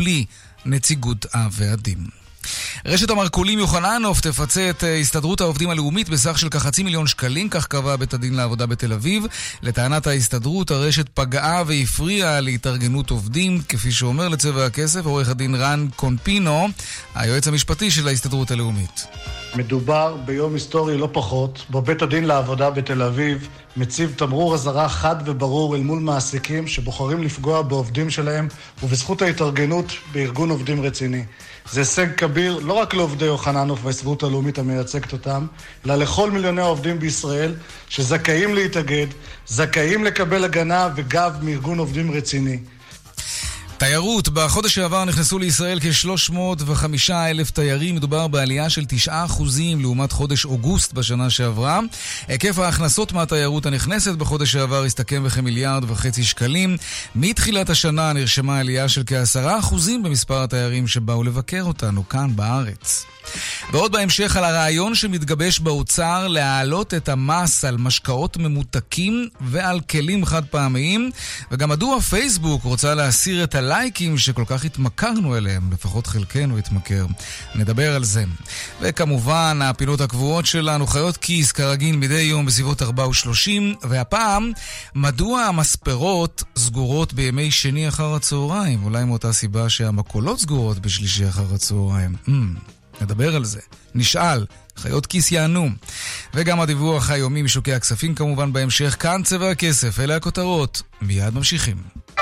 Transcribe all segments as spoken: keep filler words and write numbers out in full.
בלי נציגות הוועדים. רשת המרכולים יוחננוף תפצה את הסתדרות העובדים הלאומית בסך של כחצי מיליון שקלים, כך קבע בית הדין לעבודה בתל אביב. לטענת ההסתדרות, הרשת פגעה והפריעה להתארגנות עובדים, כפי שאומר לצבע הכסף עורך הדין רן קונפינו, היועץ המשפטי של ההסתדרות הלאומית. מדובר ביום היסטורי לא פחות, בו בית הדין לעבודה בתל אביב מציב תמרור אזהרה חד וברור אל מול מעסיקים שבוחרים לפגוע בעובדים שלהם ובזכות ההתארגנות בארגון עובדים רציני. זה הישג כביר לא רק לעובדי יוחננוף וההסתדרות הלאומית המייצגת אותם, אלא לכל מיליוני העובדים בישראל שזכאים להתאגד, זכאים לקבל הגנה וגב מארגון עובדים רציני. תיירות, בחודש שעבר נכנסו לישראל כ-שלוש מאות וחמישה אלף תיירים, מדובר בעלייה של תשעה אחוזים לעומת חודש אוגוסט בשנה שעברה. היקף ההכנסות מהתיירות הנכנסת בחודש שעבר הסתכם בכמיליארד וחצי שקלים. מתחילת השנה נרשמה עלייה של כעשרה אחוזים במספר התיירים שבאו לבקר אותנו כאן בארץ. ועוד בהמשך על הרעיון שמתגבש באוצר להעלות את המס על משקאות ממותקים ועל כלים חד פעמיים, וגם מדוע פייסבוק רוצה להסיר את הלייקים שכל כך התמכרנו אליהם, לפחות חלקנו התמכר. נדבר על זה. וכמובן הפינות הקבועות שלנו, חיות כיס כרגיל מדי יום בסביבות ארבע ושלושים, והפעם מדוע המספרות סגורות בימי שני אחר הצהריים, אולי מאותה סיבה שהמקולות סגורות בשלישי אחר הצהריים. Mm. נדבר על זה, נשאל, חיות כיס יענו. וגם הדיווח היומי משוקי הכספים כמובן בהמשך. כאן צבע הכסף, אלה הכותרות, מיד ממשיכים.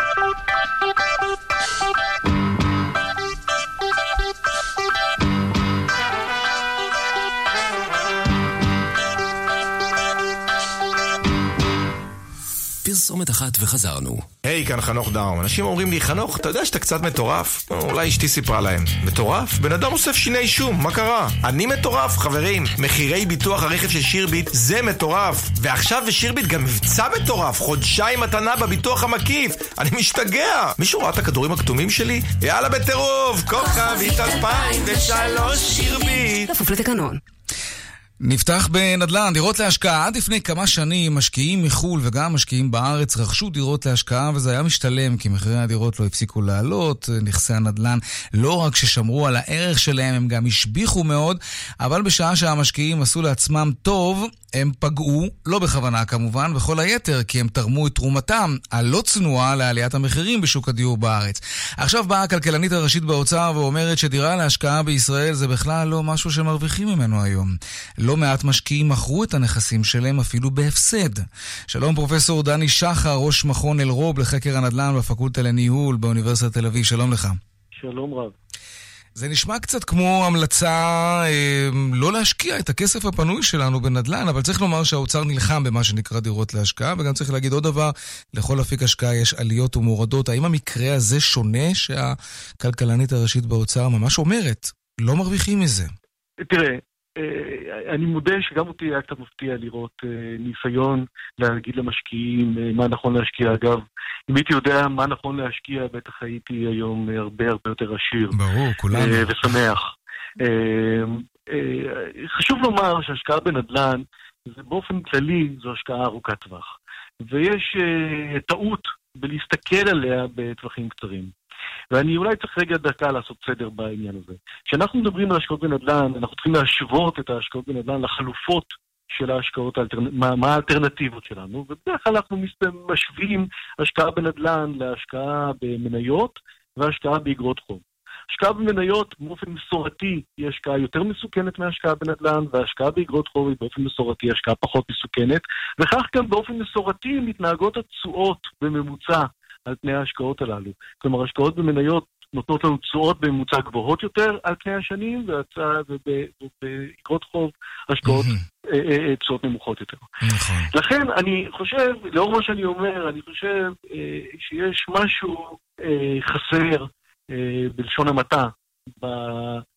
פרסומת אחת וחזרנו. היי, כאן חנוך דאום. אנשים אומרים לי, חנוך, אתה יודע שאתה קצת מטורף? אולי אשתי סיפרה להם. מטורף? בן אדם אוסף שיני שום, מה קרה? אני מטורף, חברים. מחירי ביטוח הרכב של שירביט זה מטורף. ועכשיו בשירביט גם מבצע מטורף. חודשיים מתנה בביטוח המקיף. אני משתגע. מישהו ראה את הכדורים הכתומים שלי? יאללה בטירוף, כוכבית אלפיים ושלוש שירביט. כפוף לתקנון. נפתח בנדל"ן, דירות להשקעה. עד לפני כמה שנים משקיעים מחול וגם משקיעים בארץ רכשו דירות להשקעה, וזה היה משתלם כי מחירי הדירות לא הפסיקו לעלות. נכסי הנדל"ן לא רק ששמרו על הערך שלהם, הם גם השביחו מאוד, אבל בשעה שהמשקיעים עשו לעצמם טוב, הם פגעו, לא בכוונה כמובן, וכל היתר, כי הם תרמו את תרומתם הלא צנועה לעליית המחירים בשוק הדיור בארץ. עכשיו באה הכלכלנית הראשית באוצר ואומרת שדירה להשקעה בישראל זה בכלל לא משהו שמרוויחים ממנו היום. לא מעט משקיעים מכרו את הנכסים שלהם אפילו בהפסד. שלום פרופסור דני שחר, ראש מכון אלרוב לחקר הנדל"ן בפקולטה לניהול באוניברסיטת תל אביב, שלום לך. שלום רב. זה נשמע קצת כמו המלצה אה, לא להשקיע את הכסף הפנוי שלנו בנדל"ן, אבל צריך לומר שהאוצר נלחם במה שנקרא דירות להשקעה, וגם צריך להגיד עוד דבר, לכל אפיק השקעה יש עליות ומורדות. האם המקרה הזה שונה שהכלכלנית הראשית באוצר ממש אומרת, לא מרוויחים מזה? תראה, אני מודה שגם אותי היה קצת מפתיע לראות ניסיון להגיד למשקיעים מה נכון להשקיע. אגב, אם הייתי יודע מה נכון להשקיע, בטח הייתי היום הרבה הרבה יותר עשיר. ברור, כולנו. ושמח. חשוב לומר שהשקעה בנדל"ן, זה באופן כללי, זו השקעה ארוכת טווח. ויש טעות בלהסתכל עליה בטווחים קצרים. ואני אולי צריך רגע דקה לעשות סדר בעניין הזה. כשאנחנו מדברים על השקעות בנדל"ן, אנחנו צריכים להשוות את ההשקעות בנדל"ן לחלופות של ההשקעות, מה, מה האלטרנטיבות שלנו, ובדרך כלל אנחנו משווים השקעה בנדל"ן להשקעה במניות והשקעה באגרות חוב. השקעה במניות באופן מסורתי היא השקעה יותר מסוכנת מהשקעה בנדל"ן, והשקעה באגרות חוב היא באופן מסורתי השקעה פחות מסוכנת, וכך גם באופן מסורתי מתנהגות התשואות בממוצע על פני ההשקעות הללו. כלומר, השקעות במניות נותנות לנו תשואות בממוצע גבוהות יותר על פני השנים, ובאגרות חוב השקעות תשואות נמוכות יותר. לכן אני חושב, לאור מה שאני אומר, אני חושב שיש משהו חסר בלשון המעטה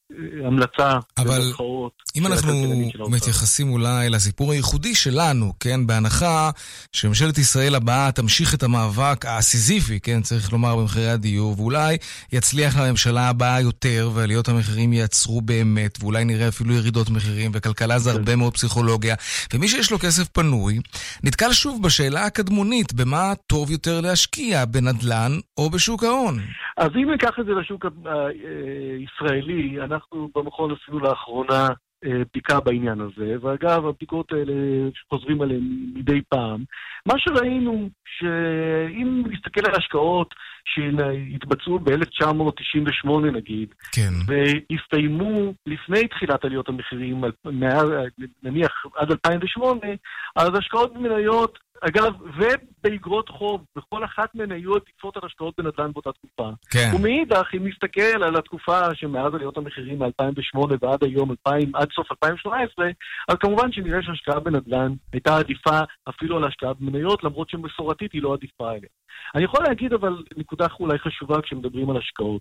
המלצה. אבל אם אנחנו מתייחסים אולי לסיפור הייחודי שלנו, כן, בהנחה שממשלת ישראל הבאה תמשיך את המאבק הסיזיפי, כן, צריך לומר, במחירי הדיור, ואולי יצליח לממשלה הבאה יותר, ועליות המחירים יעצרו באמת, ואולי נראה אפילו ירידות מחירים, וכלכלה זה הרבה מאוד פסיכולוגיה, ומי שיש לו כסף פנוי, נתקל שוב בשאלה הקדמונית, במה טוב יותר להשקיע, בנדלן או בשוק ההון. אז אם ניקח את זה לשוק הישראלי, אנחנו במכון עשינו לאחרונה בדיקה בעניין הזה, ואגב, הבדיקות האלה שחוזרים עליהן מדי פעם, מה שראינו, שאם נסתכל על השקעות שהתבצעו ב-אלף תשע מאות תשעים ושמונה נגיד, כן. והסתיימו לפני תחילת עליות המחירים, נניח עד אלפיים ושמונה, אז השקעות במניות, אגב, ובאגרות חוב, בכל אחת מהן היו עדיפות על השקעות בנדל"ן באותה תקופה. כן. ומאידך, אם נסתכל על התקופה שמאז עליות המחירים מ-אלפיים ושמונה ועד היום, אלפיים, עד סוף אלפיים ושמונה עשרה, אז כמובן שנראה שהשקעה בנדל"ן הייתה עדיפה אפילו על השקעה במניות, למרות שמסורתית היא לא עדיפה עליה. אני יכול להגיד אבל נקודה אולי חשובה כשמדברים על השקעות.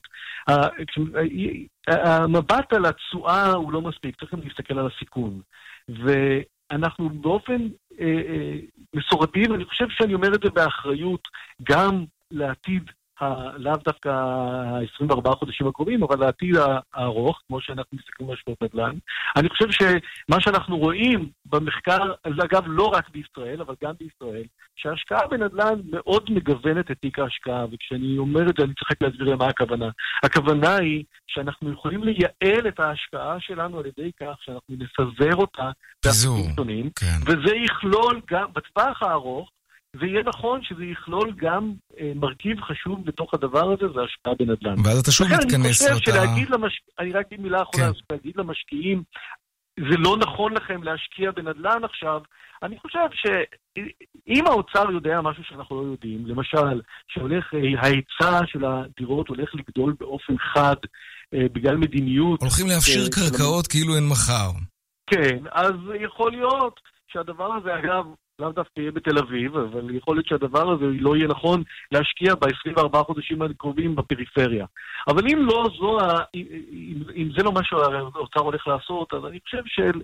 המבט על התשואה הוא לא מספיק, צריכים להסתכל על הסיכון. ואנחנו באופן אה, אה, מסורתי, ואני חושב שאני אומר את זה באחריות גם לעתיד, לאו דווקא ה-עשרים וארבעה חודשים הקרובים, אבל לעתיד הארוך, כמו שאנחנו מסתכלים על השקעות נדל"ן. אני חושב שמה שאנחנו רואים במחקר, אגב לא רק בישראל, אבל גם בישראל, שההשקעה בנדל"ן מאוד מגוונת את תיק ההשקעה, וכשאני אומר את זה אני צריך להסביר מה הכוונה. הכוונה היא שאנחנו יכולים לייעל את ההשקעה שלנו על ידי כך שאנחנו נפזר אותה באחוזים, כן. וזה יכלול גם בטווח הארוך, זה יהיה נכון שזה יכלול גם אה, מרכיב חשוב בתוך הדבר הזה, זה השקעה בנדל"ן. ואז אתה שוב מתכנס אותה... אני חושב שלהגיד למש... אני רק אגיד מילה אחרונה, כן. להגיד למשקיעים, זה לא נכון לכם להשקיע בנדל"ן עכשיו, אני חושב שאם האוצר יודע משהו שאנחנו לא יודעים, למשל, שהולך, ההיצע של הדירות הולך לגדול באופן חד, אה, בגלל מדיניות... הולכים להפשיר אה, קרקעות של... כאילו אין מחר. כן, אז יכול להיות שהדבר הזה, אגב, לאו דווקא יהיה בתל אביב, אבל יכול להיות שהדבר הזה לא יהיה נכון להשקיע ב-עשרים וארבעה חודשים הקרובים בפריפריה. אבל אם לא זו, אם, אם זה לא מה שהאוצר הולך לעשות, אז אני חושב של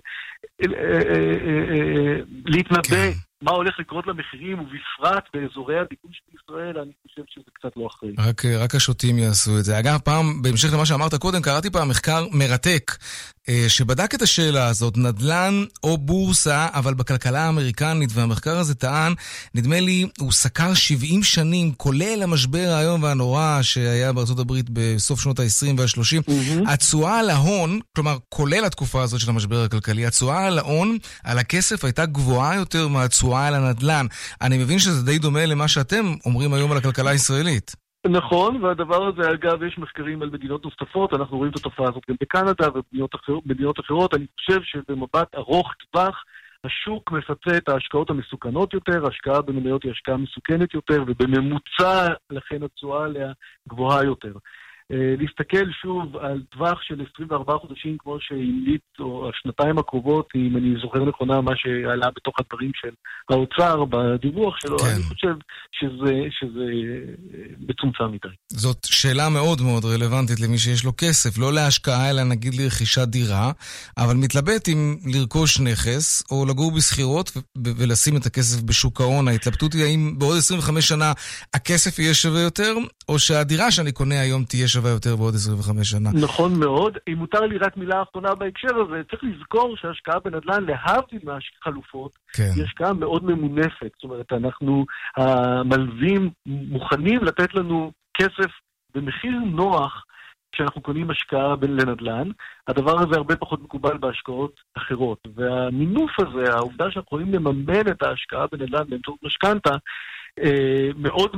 להתנבא מה הולך לקרות למחירים, ובפרט באזורי הביקוש בישראל, אני חושב שזה קצת לא אחראי. רק, רק השוטים יעשו את זה. אגב, פעם, בהמשך למה שאמרת קודם, קראתי פעם מחקר מרתק, שבדק את השאלה הזאת, נדל"ן או בורסה, אבל בכלכלה האמריקנית, והמחקר הזה טען, נדמה לי, הוא סקר שבעים שנים, כולל המשבר היום והנורא שהיה בארצות הברית בסוף שנות ה-עשרים וה-שלושים, mm-hmm. התשואה על ההון, כלומר, כולל התקופה הזאת של המשבר הכלכלי, התשואה על ההון, על הכסף הייתה גבוהה יותר מהתשואה על הנדל"ן. אני מבין שזה די דומה למה שאתם אומרים היום על הכלכלה הישראלית. נכון, והדבר הזה, אגב, יש מחקרים על מדינות נוספות, אנחנו רואים את התופעה הזאת גם בקנדה ובמדינות אחרות. אני חושב שבמבט ארוך טווח, השוק מפצה את ההשקעות המסוכנות יותר, ההשקעה במניות היא השקעה מסוכנת יותר, ובממוצע לכן התשואה עליה גבוהה יותר. להסתכל שוב על טווח של עשרים וארבעה חודשים כמו שהמליץ, או השנתיים הקרובות, אם אני זוכר נכונה מה שעלה בתוך הדברים של האוצר בדיווח שלו, כן. אני חושב שזה, שזה מצומצם מדי. זאת שאלה מאוד מאוד רלוונטית למי שיש לו כסף, לא להשקעה אלא נגיד לרכישת דירה, אבל מתלבט אם לרכוש נכס או לגור בסחירות ו- ולשים את הכסף בשוק ההון. ההתלבטות היא האם בעוד עשרים וחמש שנה הכסף יהיה שווה יותר, או שהדירה שאני קונה היום תהיה שווה יותר בעוד עשרים וחמש שנה. נכון מאוד. אם מותר לי רק מילה האחרונה בהקשר הזה, צריך לזכור שההשקעה בנדל"ן להבדיל מהחלופות, כן. היא השקעה מאוד ממונפת. זאת אומרת, אנחנו המלווים מוכנים לתת לנו כסף במחיר נוח כשאנחנו קונים השקעה לנדל"ן. הדבר הזה הרבה פחות מקובל בהשקעות אחרות. והמינוף הזה, העובדה שאנחנו יכולים לממן את ההשקעה בנדל"ן באמצעות משכנתא, מאוד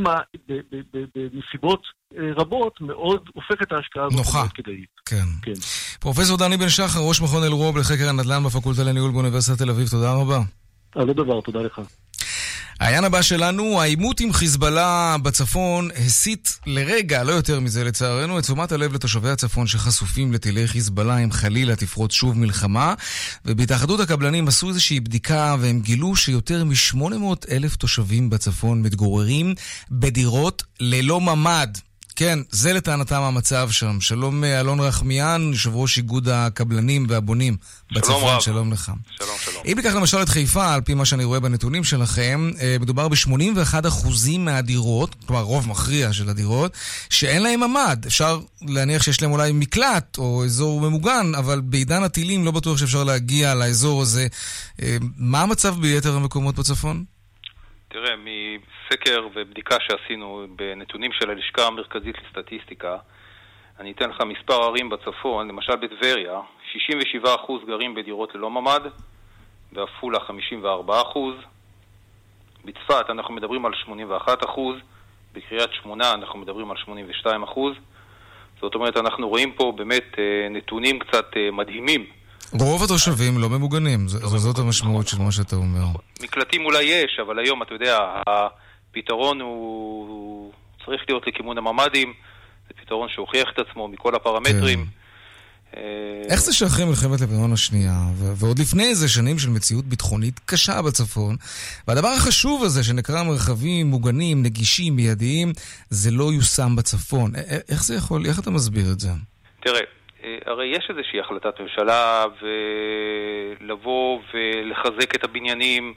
בנסיבות רבות מאוד הופך את ההשקעה נוחה. כן. כן. פרופסור דני בן שחר, ראש מכון אלרוב לחקר הנדל"ן בפקולטה לניהול באוניברסיטת תל אביב, תודה רבה. על הדבר, תודה לך. העניין הבא שלנו, העימות עם חיזבאללה בצפון הסיט לרגע, לא יותר מזה לצערנו, את תשומת הלב לתושבי הצפון שחשופים לטילי חיזבאללה אם חלילה תפרוץ שוב מלחמה, ובהתאחדות הקבלנים עשו איזושהי בדיקה והם גילו שיותר מ-שמונה מאות אלף תושבים בצפון מתגוררים בדירות ללא ממד. כן, זה לטענתם המצב שם. שלום אלון רחמיאן, יושב ראש איגוד הקבלנים והבונים בצפון. שלום רב. שלום לך. שלום, שלום. אם ניקח למשל את חיפה, על פי מה שאני רואה בנתונים שלכם, מדובר ב-שמונים ואחד אחוזים מהדירות, כלומר רוב מכריע של הדירות, שאין להם ממ"ד. אפשר להניח שיש להם אולי מקלט או אזור ממוגן, אבל בעידן הטילים לא בטוח שאפשר להגיע לאזור הזה. מה המצב ביתר המקומות בצפון? תראה, מסקר ובדיקה שעשינו בנתונים של הלשכה המרכזית לסטטיסטיקה, אני אתן לך מספר ערים בצפון, למשל בטבריה, שישים ושבעה אחוז גרים בדירות ללא ממ"ד, בעפולה חמישים וארבעה אחוז, בצפת אנחנו מדברים על שמונים ואחד אחוז, בקריית שמונה אנחנו מדברים על שמונים ושתיים אחוז, זאת אומרת אנחנו רואים פה באמת נתונים קצת מדהימים. רוב התושבים לא ממוגנים, זאת המשמעות של מה שאתה אומר. מקלטים אולי יש, אבל היום אתה יודע, הפתרון הוא צריך להיות לכיוון הממ"דים, זה פתרון שהוכיח את עצמו מכל הפרמטרים. איך זה שאחרי מלחמת לבנון השנייה, ועוד לפני זה שנים של מציאות ביטחונית קשה בצפון, והדבר החשוב הזה שנקרא מרחבים מוגנים, נגישים, מיידיים, זה לא יושם בצפון. איך זה יכול, איך אתה מסביר את זה? תראה, הרי יש איזושהי החלטת ממשלה ולבוא ולחזק את הבניינים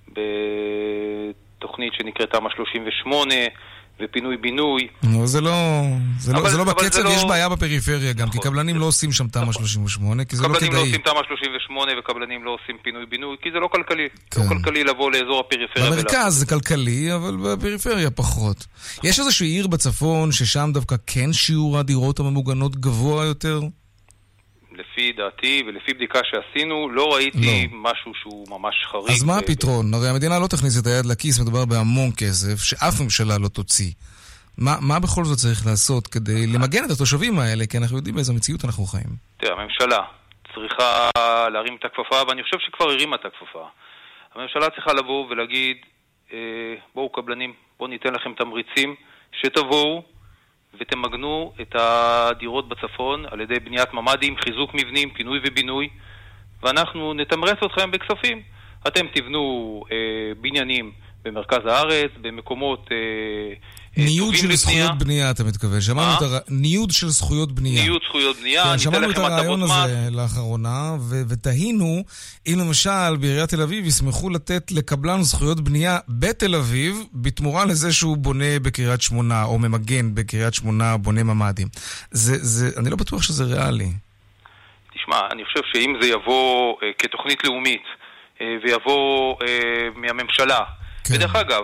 בתוכנית שנקראת תמ"א שלושים ושמונה ופינוי בינוי. לא, זה לא, זה לא, זה לא בקצב, יש בעיה בפריפריה גם, כי קבלנים לא עושים שם תמ"א שלושים ושמונה, כי זה לא כדאי. קבלנים לא עושים תמ"א שלושים ושמונה וקבלנים לא עושים פינוי בינוי, כי זה לא כלכלי. לא כלכלי לבוא לאזור הפריפריה. במרכז זה כלכלי, אבל בפריפריה פחות. יש איזושהי עיר בצפון ששם דווקא כן שיעור הדירות הממוגנות גבוה יותר? לפי דעתי ולפי בדיקה שעשינו, לא ראיתי לא. משהו שהוא ממש חריג. אז מה ו... הפתרון? הרי המדינה לא תכניס את היד לכיס, מדובר בהמון כסף, שאף ממשלה לא תוציא. מה, מה בכל זאת צריך לעשות כדי למגן את התושבים האלה? כי אנחנו יודעים באיזו מציאות אנחנו חיים. תראה, הממשלה צריכה להרים את הכפפה, ואני חושב שכבר הרימה את הכפפה. הממשלה צריכה לבוא ולהגיד, בואו קבלנים, בואו ניתן לכם תמריצים, שתבואו, ותמגנו את הדירות בצפון על ידי בניית ממ"דים, חיזוק מבנים, פינוי ובינוי, ואנחנו נתמרץ אתכם בכספים. אתם תבנו אה, בניינים במרכז הארץ, במקומות אה, ניוד של זכויות בנייה, אתה מתכוון. שמענו את הר... ניוד של זכויות בנייה. ניוד זכויות בנייה, כן, שמענו את הרעיון הזה לאחרונה, ו- ותהינו, אם למשל בעיריית תל אביב ישמחו לתת לקבלן זכויות בנייה בתל אביב, בתמורה לזה שהוא בונה בקריית שמונה, או ממגן בקריית שמונה, בונה ממ"דים. זה, זה, אני לא בטוח שזה ריאלי. תשמע, אני חושב שאם זה יבוא אה, כתוכנית לאומית, אה, ויבוא אה, מהממשלה, כן. ודרך אגב,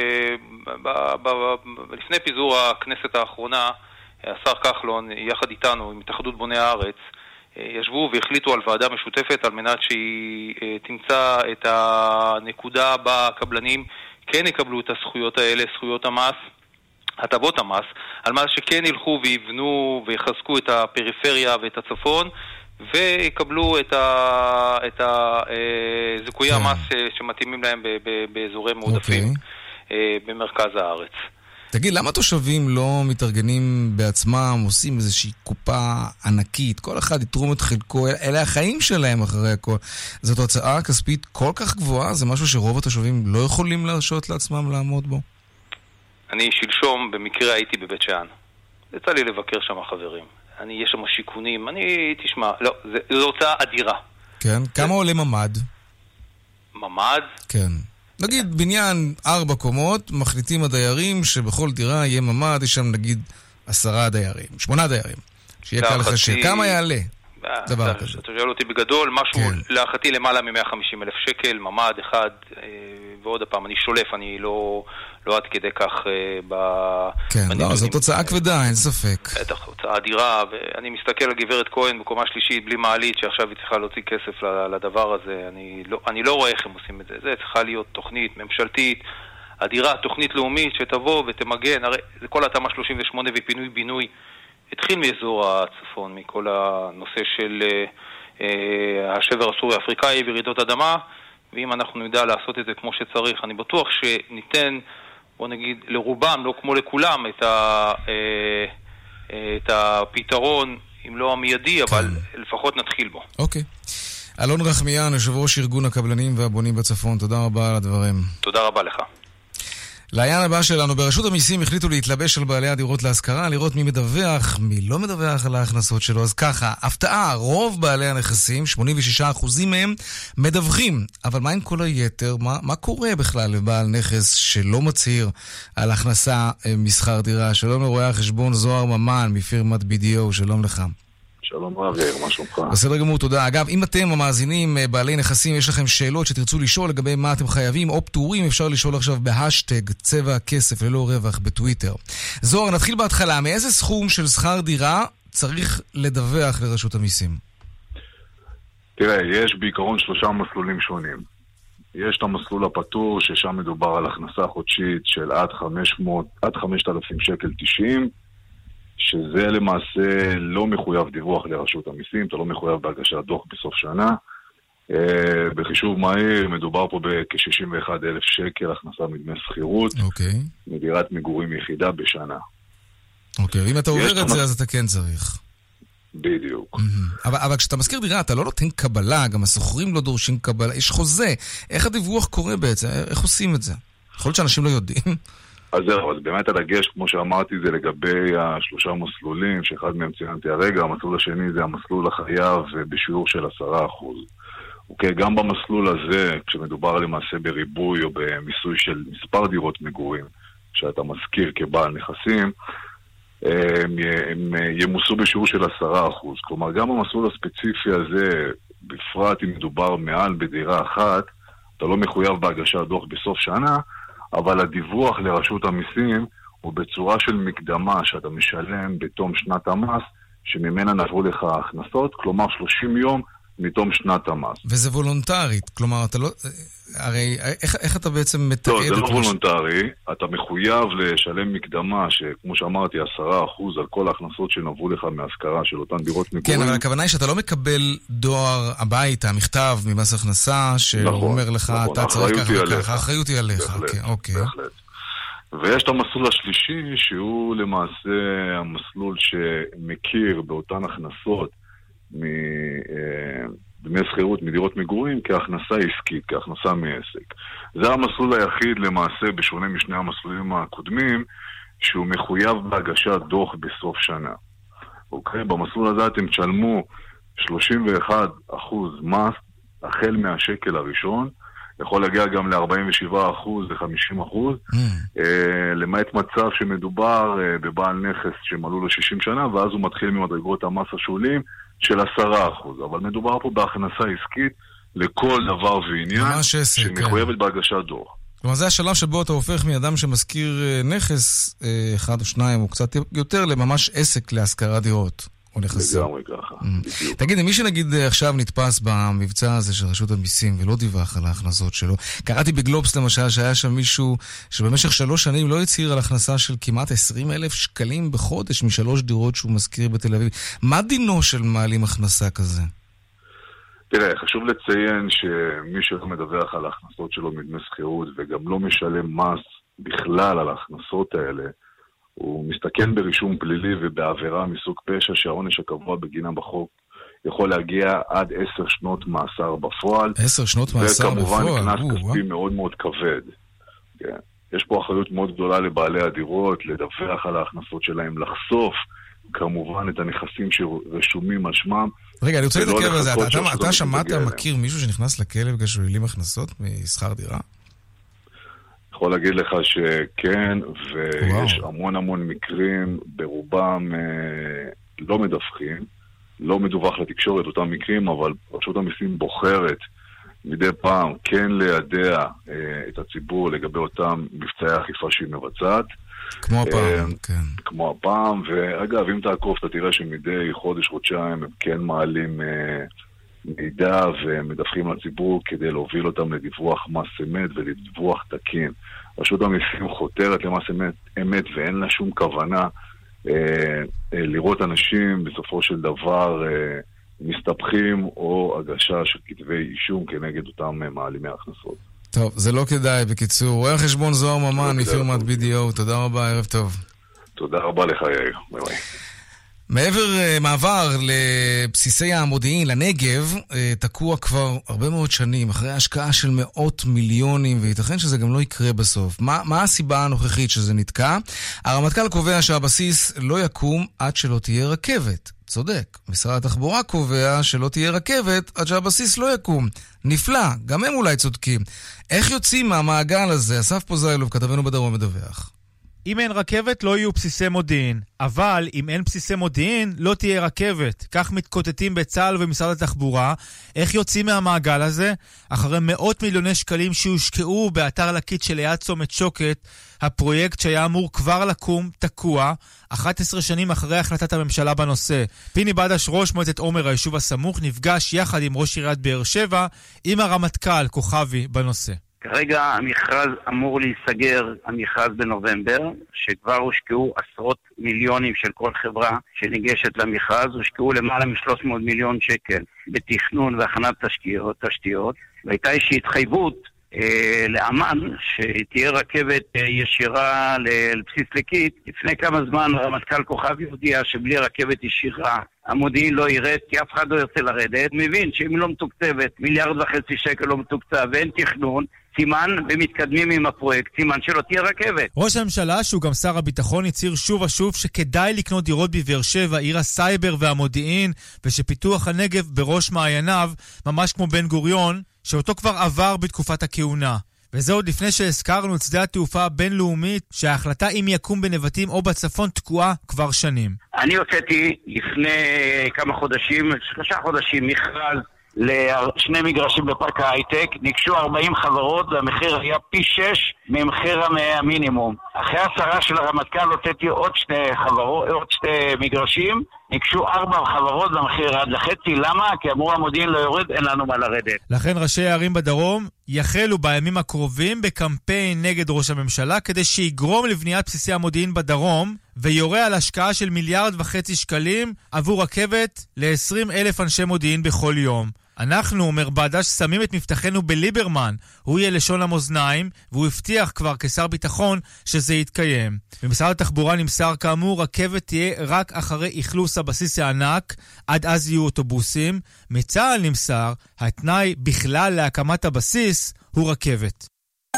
לפני פיזור הכנסת האחרונה, השר כחלון, יחד איתנו, עם התאחדות בוני הארץ, ישבו והחליטו על ועדה משותפת על מנת שהיא תמצא את הנקודה בה הקבלנים כן יקבלו את הזכויות האלה, זכויות המס, הטבות המס, על מה שכן ילכו ויבנו ויחזקו את הפריפריה ואת הצפון, ויקבלו את ה את הזיכויי המס שמתאימים להם באזורי מועדפים במרכז הארץ. תגיד, למה תושבים לא מתארגנים בעצמם, עושים איזושהי קופה ענקית, כל אחד יתרום את חלקו, אלה החיים שלהם אחרי הכל. זאת הוצאה כספית כל כך גבוהה, זה משהו שרוב התושבים לא יכולים להרשות לעצמם לעמוד בו? אני שלשום במקרה הייתי בבית שאן. יצא לי לבקר שם חברים. אני, יש שם שיקונים, אני, תשמע, לא, זה, זו הוצאה אדירה. כן? כמה עולה ממ"ד? ממ"ד? כן. נגיד בניין ארבע קומות, מחליטים הדיירים שבכל דירה יהיה ממ"ד, יש שם נגיד עשרה דיירים, שמונה דיירים. שיהיה קל לחשב. כמה יעלה? דבר כזה. אתה שואל אותי בגדול, משהו להערכתי למעלה מ-מאה וחמישים אלף שקל, ממ"ד אחד, ועוד הפעם, אני שולף, אני לא... לא עד כדי כך ב... כן, לא, זאת הוצאה כבדה, אין ספק. בטח, הוצאה אדירה, ואני מסתכל על גברת כהן בקומה שלישית, בלי מעלית, שעכשיו היא צריכה להוציא כסף לדבר הזה. אני לא, אני לא רואה איך הם עושים את זה. זה צריכה להיות תוכנית ממשלתית, אדירה, תוכנית לאומית, שתבוא ותמגן. הרי זה כל התמ"א שלושים ושמונה ופינוי בינוי. התחיל מאזור הצפון, מכל הנושא של אה, השבר הסורי-אפריקאי ורעידות אדמה, ואם אנחנו נדע לעשות את זה כמו שצריך, אני בטוח שניתן, בוא נגיד, לרובם, לא כמו לכולם, את, ה, את הפתרון, אם לא המיידי, כן. אבל לפחות נתחיל בו. אוקיי. אלון רחמיאן, יושב ראש ארגון הקבלנים והבונים בצפון, תודה רבה על הדברים. תודה רבה לך. לעניין הבא שלנו, ברשות המיסים החליטו להתלבש על בעלי הדירות להשכרה, לראות מי מדווח, מי לא מדווח על ההכנסות שלו. אז ככה, הפתעה, רוב בעלי הנכסים, שמונים ושישה אחוז מהם, מדווחים. אבל מה עם כל היתר? מה, מה קורה בכלל לבעל נכס שלא מצהיר על הכנסה משכר דירה? שלום לרואה החשבון זוהר ממן מפירמת בי די או, שלום לך. שלום רב, מה שלומך? בסדר גמור, תודה. אגב, אם אתם המאזינים, בעלי נכסים, יש לכם שאלות שתרצו לשאול לגבי מה אתם חייבים או פטורים, אפשר לשאול עכשיו בהשטג צבע הכסף ללא רווח בטוויטר. זוהר, נתחיל בהתחלה. מאיזה סכום של שכר דירה צריך לדווח לרשות המיסים? תראה, יש בעיקרון שלושה מסלולים שונים. יש את המסלול הפטור, ששם מדובר על הכנסה חודשית של עד חמש מאות, עד חמשת אלפים שקל תשעים, שזה למעשה לא מחויב דיווח לרשות המיסים, אתה לא מחויב בהגשת דוח בסוף שנה. בחישוב מהיר מדובר פה בכ-שישים ואחד אלף שקל הכנסה מדמי שכירות, אוקיי. מדירת מגורים יחידה בשנה. אוקיי, אם אתה עובר את זה, אז אתה כן צריך. בדיוק. אבל, אבל כשאתה מזכיר דירה, אתה לא נותן קבלה, גם הסוחרים לא דורשים קבלה, יש חוזה. איך הדיווח קורה בעצם? איך עושים את זה? יכול להיות שאנשים לא יודעים. אז זהו, אז באמת הדגש, כמו שאמרתי, זה לגבי השלושה מסלולים, שאחד מהם ציינתי הרגע, המסלול השני זה המסלול החייב בשיעור של עשרה אחוז. אוקיי, גם במסלול הזה, כשמדובר למעשה בריבוי או במיסוי של מספר דירות מגורים, שאתה מזכיר כבעל נכסים, הם, הם ימוסו בשיעור של עשרה אחוז. כלומר, גם במסלול הספציפי הזה, בפרט אם מדובר מעל בדירה אחת, אתה לא מחויב בהגשת דוח בסוף שנה, אבל הדיווח לרשות המיסים הוא בצורה של מקדמה שאתה משלם בתום שנת המס, שממנה נבוא לך הכנסות, כלומר שלושים יום מתום שנת המס. וזה וולונטרית, כלומר, אתה לא... הרי איך, איך אתה בעצם מתעד לא, את... זה לא וולונטרי, אתה מחויב לשלם מקדמה, שכמו שאמרתי, עשרה אחוז על כל ההכנסות שנבוא לך מהשכרה של אותן דירות מגורים. כן, אבל הכוונה היא שאתה לא מקבל דואר הביתה, מכתב ממס הכנסה, שאומר לך, נכון, אתה צריך ככה וככה, האחריות היא עליך. בהחלט, כן, אוקיי. בהחלט. ויש את המסלול השלישי, שהוא למעשה המסלול שמכיר באותן הכנסות מדמי שכירות, מדירות מגורים, כהכנסה עסקית, כהכנסה מעסק. זה המסלול היחיד למעשה, בשונה משני המסלולים הקודמים, שהוא מחויב בהגשת דוח בסוף שנה. אוקיי? במסלול הזה אתם תשלמו שלושים ואחד אחוז מס, החל מהשקל הראשון, יכול להגיע גם ל-ארבעים ושבעה אחוז ו-חמישים אחוז, mm. אה, למעט מצב שמדובר אה, בבעל נכס שמלאו לו שישים שנה, ואז הוא מתחיל ממדרגות המס השוליים של עשרה אחוז. אבל מדובר פה בהכנסה עסקית לכל דבר ועניין, שמחויבת כן. בהגשת דוח. כלומר, זה השלב שבו אתה הופך מאדם שמזכיר נכס, אחד או שניים או קצת יותר, לממש עסק להשכרת דירות. לגמרי ככה. תגיד, מי שנגיד עכשיו נתפס במבצע הזה של רשות המיסים ולא דיווח על ההכנסות שלו, קראתי בגלובס למשל שהיה שם מישהו שבמשך שלוש שנים לא הצהיר על הכנסה של כמעט עשרים אלף שקלים בחודש משלוש דירות שהוא מזכיר בתל אביב. מה דינו של מעלים הכנסה כזה? תראה, חשוב לציין שמי שלא מדווח על ההכנסות שלו מדמי שכירות וגם לא משלם מס בכלל על ההכנסות האלה, הוא מסתכן ברישום פלילי ובעבירה מסוג פשע שהעונש הקבוע בגינה בחוק יכול להגיע עד עשר שנות מאסר בפועל. עשר שנות מאסר בפועל? וכמובן קנס כספי מאוד מאוד כבד. כן. יש פה אחריות מאוד גדולה לבעלי הדירות, לדווח על ההכנסות שלהם, לחשוף כמובן את הנכסים שרשומים על שמם. רגע, אני רוצה להתעכב על זה. אתה שמעת, מכיר מישהו שנכנס לכלא בגלל שהוא העלים הכנסות משכר דירה? יכול להגיד לך שכן, ויש וואו. המון המון מקרים, ברובם אה, לא מדווחים, לא מדווח לתקשורת אותם מקרים, אבל רשות המיסים בוחרת מדי פעם כן לידע אה, את הציבור לגבי אותם מבצעי אכיפה שהיא מבצעת. כמו הפעם, אה, כן. כמו הפעם, ואגב, אם תעקוף, אתה תראה שמדי חודש, חודשיים, הם כן מעלים אה, מידע ומדווחים לציבור כדי להוביל אותם לדיווח מס אמת ולדיווח תקין. רשות המיסים חותרת למס אמת, אמת ואין לה שום כוונה אה, אה, לראות אנשים בסופו של דבר אה, מסתבכים או הגשה של כתבי אישום כנגד אותם אה, מעלימי ההכנסות. טוב, זה לא כדאי. בקיצור, רואה חשבון זוהר ממן מפירמת בי די או, תודה רבה, ערב טוב. תודה רבה לך, יאיר. ביי ביי. מעבר מעבר לבסיסי המודיעין, לנגב, תקוע כבר הרבה מאוד שנים, אחרי השקעה של מאות מיליונים, וייתכן שזה גם לא יקרה בסוף. מה, מה הסיבה הנוכחית שזה נתקע? הרמטכ"ל קובע שהבסיס לא יקום עד שלא תהיה רכבת. צודק. משרד התחבורה קובע שלא תהיה רכבת עד שהבסיס לא יקום. נפלא, גם הם אולי צודקים. איך יוצאים מהמעגל הזה? אסף פוזיילוב, כתבנו בדרום, מדווח. אם אין רכבת לא יהיו בסיסי מודיעין, אבל אם אין בסיסי מודיעין לא תהיה רכבת. כך מתקוטטים בצה"ל ומשרד התחבורה. איך יוצאים מהמעגל הזה? אחרי מאות מיליוני שקלים שהושקעו באתר לקיט שליד צומת שוקת, הפרויקט שהיה אמור כבר לקום תקוע, אחת עשרה שנים אחרי החלטת הממשלה בנושא. פיני בדש, ראש מועצת עומר, היישוב הסמוך, נפגש יחד עם ראש עיריית באר שבע עם הרמטכ"ל כוכבי בנושא. כרגע המכרז אמור להיסגר, המכרז בנובמבר, שכבר הושקעו עשרות מיליונים של כל חברה שניגשת למכרז, הושקעו למעלה מ-שלוש מאות מיליון שקל בתכנון והכנת תשתיות, תשתיות, והייתה איזושהי התחייבות אה, לאמן שתהיה רכבת אה, ישירה לבסיס לקיט. לפני כמה זמן הרמטכ"ל כוכבי הודיע שבלי רכבת ישירה המודיעין לא ירד, כי אף אחד לא ירצה לרדת. מבין שאם היא לא מתוקצבת, מיליארד וחצי שקל לא מתוקצב ואין תכנון, סימן ומתקדמים עם הפרויקט, סימן שלא תהיה רכבת. ראש הממשלה, שהוא גם שר הביטחון, הצהיר שוב ושוב שכדאי לקנות דירות בבאר שבע, עיר הסייבר והמודיעין, ושפיתוח הנגב בראש מעייניו, ממש כמו בן גוריון, שאותו כבר עבר בתקופת הכהונה. וזה עוד לפני שהזכרנו את שדה התעופה הבינלאומית, שההחלטה אם יקום בנבטים או בצפון תקועה כבר שנים. אני הוצאתי לפני כמה חודשים, שלושה חודשים, מכרז לשני מגרשים בפארק ההייטק, ניגשו ארבעים חברות והמחיר היה פי שש ממחיר המינימום. אחרי השרה של הרמטכ"ל הוצאתי עוד שני חברות, עוד שני מגרשים, ניגשו ארבע חברות והמחיר ירד לחצי. למה? כי אמרו המודיעין לא יורד, אין לנו מה לרדת. לכן ראשי הערים בדרום יחלו בימים הקרובים בקמפיין נגד ראש הממשלה כדי שיגרום לבניית בסיסי המודיעין בדרום ויורה על השקעה של מיליארד וחצי שקלים עבור רכבת ל-עשרים אלף אנשי מודיעין בכל יום. אנחנו, אומר בדש, שמים את מבטחנו בליברמן. הוא יהיה לשון המאזניים, והוא הבטיח כבר כשר ביטחון שזה יתקיים. במשרד התחבורה נמסר כאמור, רכבת תהיה רק אחרי איכלוס הבסיס הענק, עד אז יהיו אוטובוסים. מצה"ל נמסר, התנאי בכלל להקמת הבסיס הוא רכבת.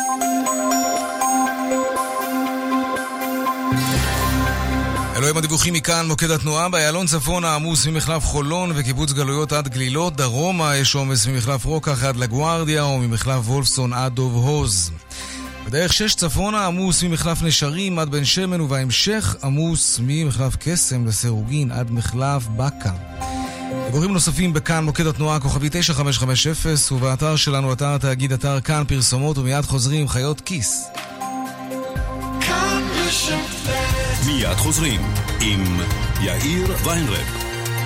אלו הם הדיווחים מכאן, מוקד התנועה. באיילון צפון העמוס ממחלף חולון וקיבוץ גלויות עד גלילות. דרומה יש עומס ממחלף רוקח עד לגוארדיה או ממחלף וולפסון עד דוב הוז. בדרך שש צפון העמוס ממחלף נשרים עד בן שמן, ובהמשך עמוס ממחלף קסם לסירוגין עד מחלף בקה. דיווחים נוספים בכאן, מוקד התנועה, כוכבי תשע חמש חמש אפס, ובאתר שלנו, אתר התאגיד, אתר כאן פרסומות, ומיד חוזרים עם חיות כיס. מיד חוזרים עם יאיר ויינרב.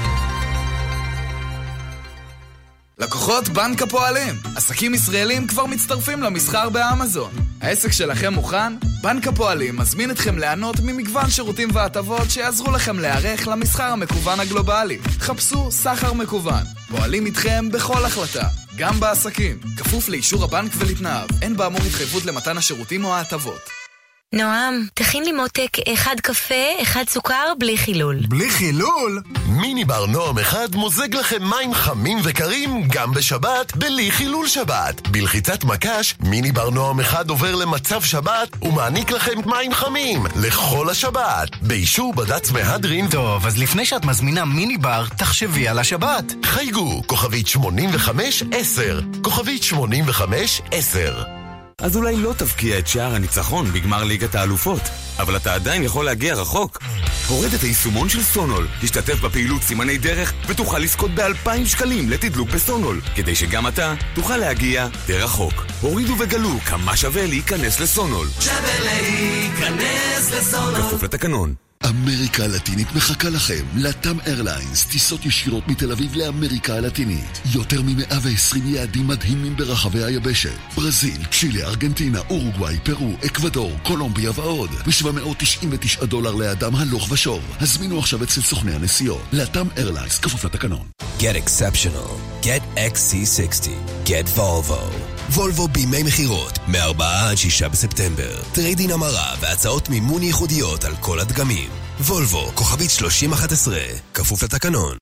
לקוחות בנק הפועלים, עסקים ישראלים כבר מצטרפים למסחר באמזון. העסק שלכם מוכן? בנק הפועלים מזמין אתכם ליהנות ממגוון שירותים והטבות שיעזרו לכם להיערך למסחר המקוון הגלובלי. חפשו סחר מקוון. פועלים איתכם בכל החלטה, גם בעסקים. כפוף לאישור הבנק ולתנאיו. אין באמור התחייבות למתן השירותים או ההטבות. נועם, תכין לי מותק אחד קפה, אחד סוכר, בלי חילול. בלי חילול? מיני בר נועם אחד מוזג לכם מים חמים וקרים גם בשבת, בלי חילול שבת. בלחיצת מקש, מיני בר נועם אחד עובר למצב שבת ומעניק לכם מים חמים לכל השבת. באישור בד"ץ מהדרין. טוב, אז לפני שאת מזמינה מיני בר, תחשבי על השבת. חייגו, כוכבית שמונים וחמש עשר. כוכבית שמונים וחמש עשר. אז אולי לא תבקיע את שער הניצחון בגמר ליגת האלופות, אבל אתה עדיין יכול להגיע רחוק. הורד את היישומון של סונול, תשתתף בפעילות סימני דרך ותוכל לזכות באלפיים שקלים לתדלוק בסונול, כדי שגם אתה תוכל להגיע די רחוק. הורידו וגלו כמה שווה להיכנס לסונול. שווה להיכנס לסונול. כפוף לתקנון. אמריקה הלטינית מחכה לכם. לטאם איירליינס, טיסות ישירות מתל אביב לאמריקה הלטינית. יותר מ-מאה ועשרים יעדים מדהימים ברחבי היבשת. ברזיל, צ'ילה, ארגנטינה, אורוגוואי, פרו, אקוודור, קולומביה ועוד. ב-שבע מאות תשעים ותשעה דולר לאדם הלוך ושוב. הזמינו עכשיו אצל סוכני הנסיעות. לטאם איירליינס, כפוף לתקנון. Get exceptional. Get אקס סי שישים. Get Volvo. וולבו בימי מחירות, מ-ארבעה עד שישה בספטמבר. טריידין המרה והצעות מימון ייחודיות על כל הדגמים. וולבו, כוכבית שלושים אחת עשרה, כפוף לתקנון.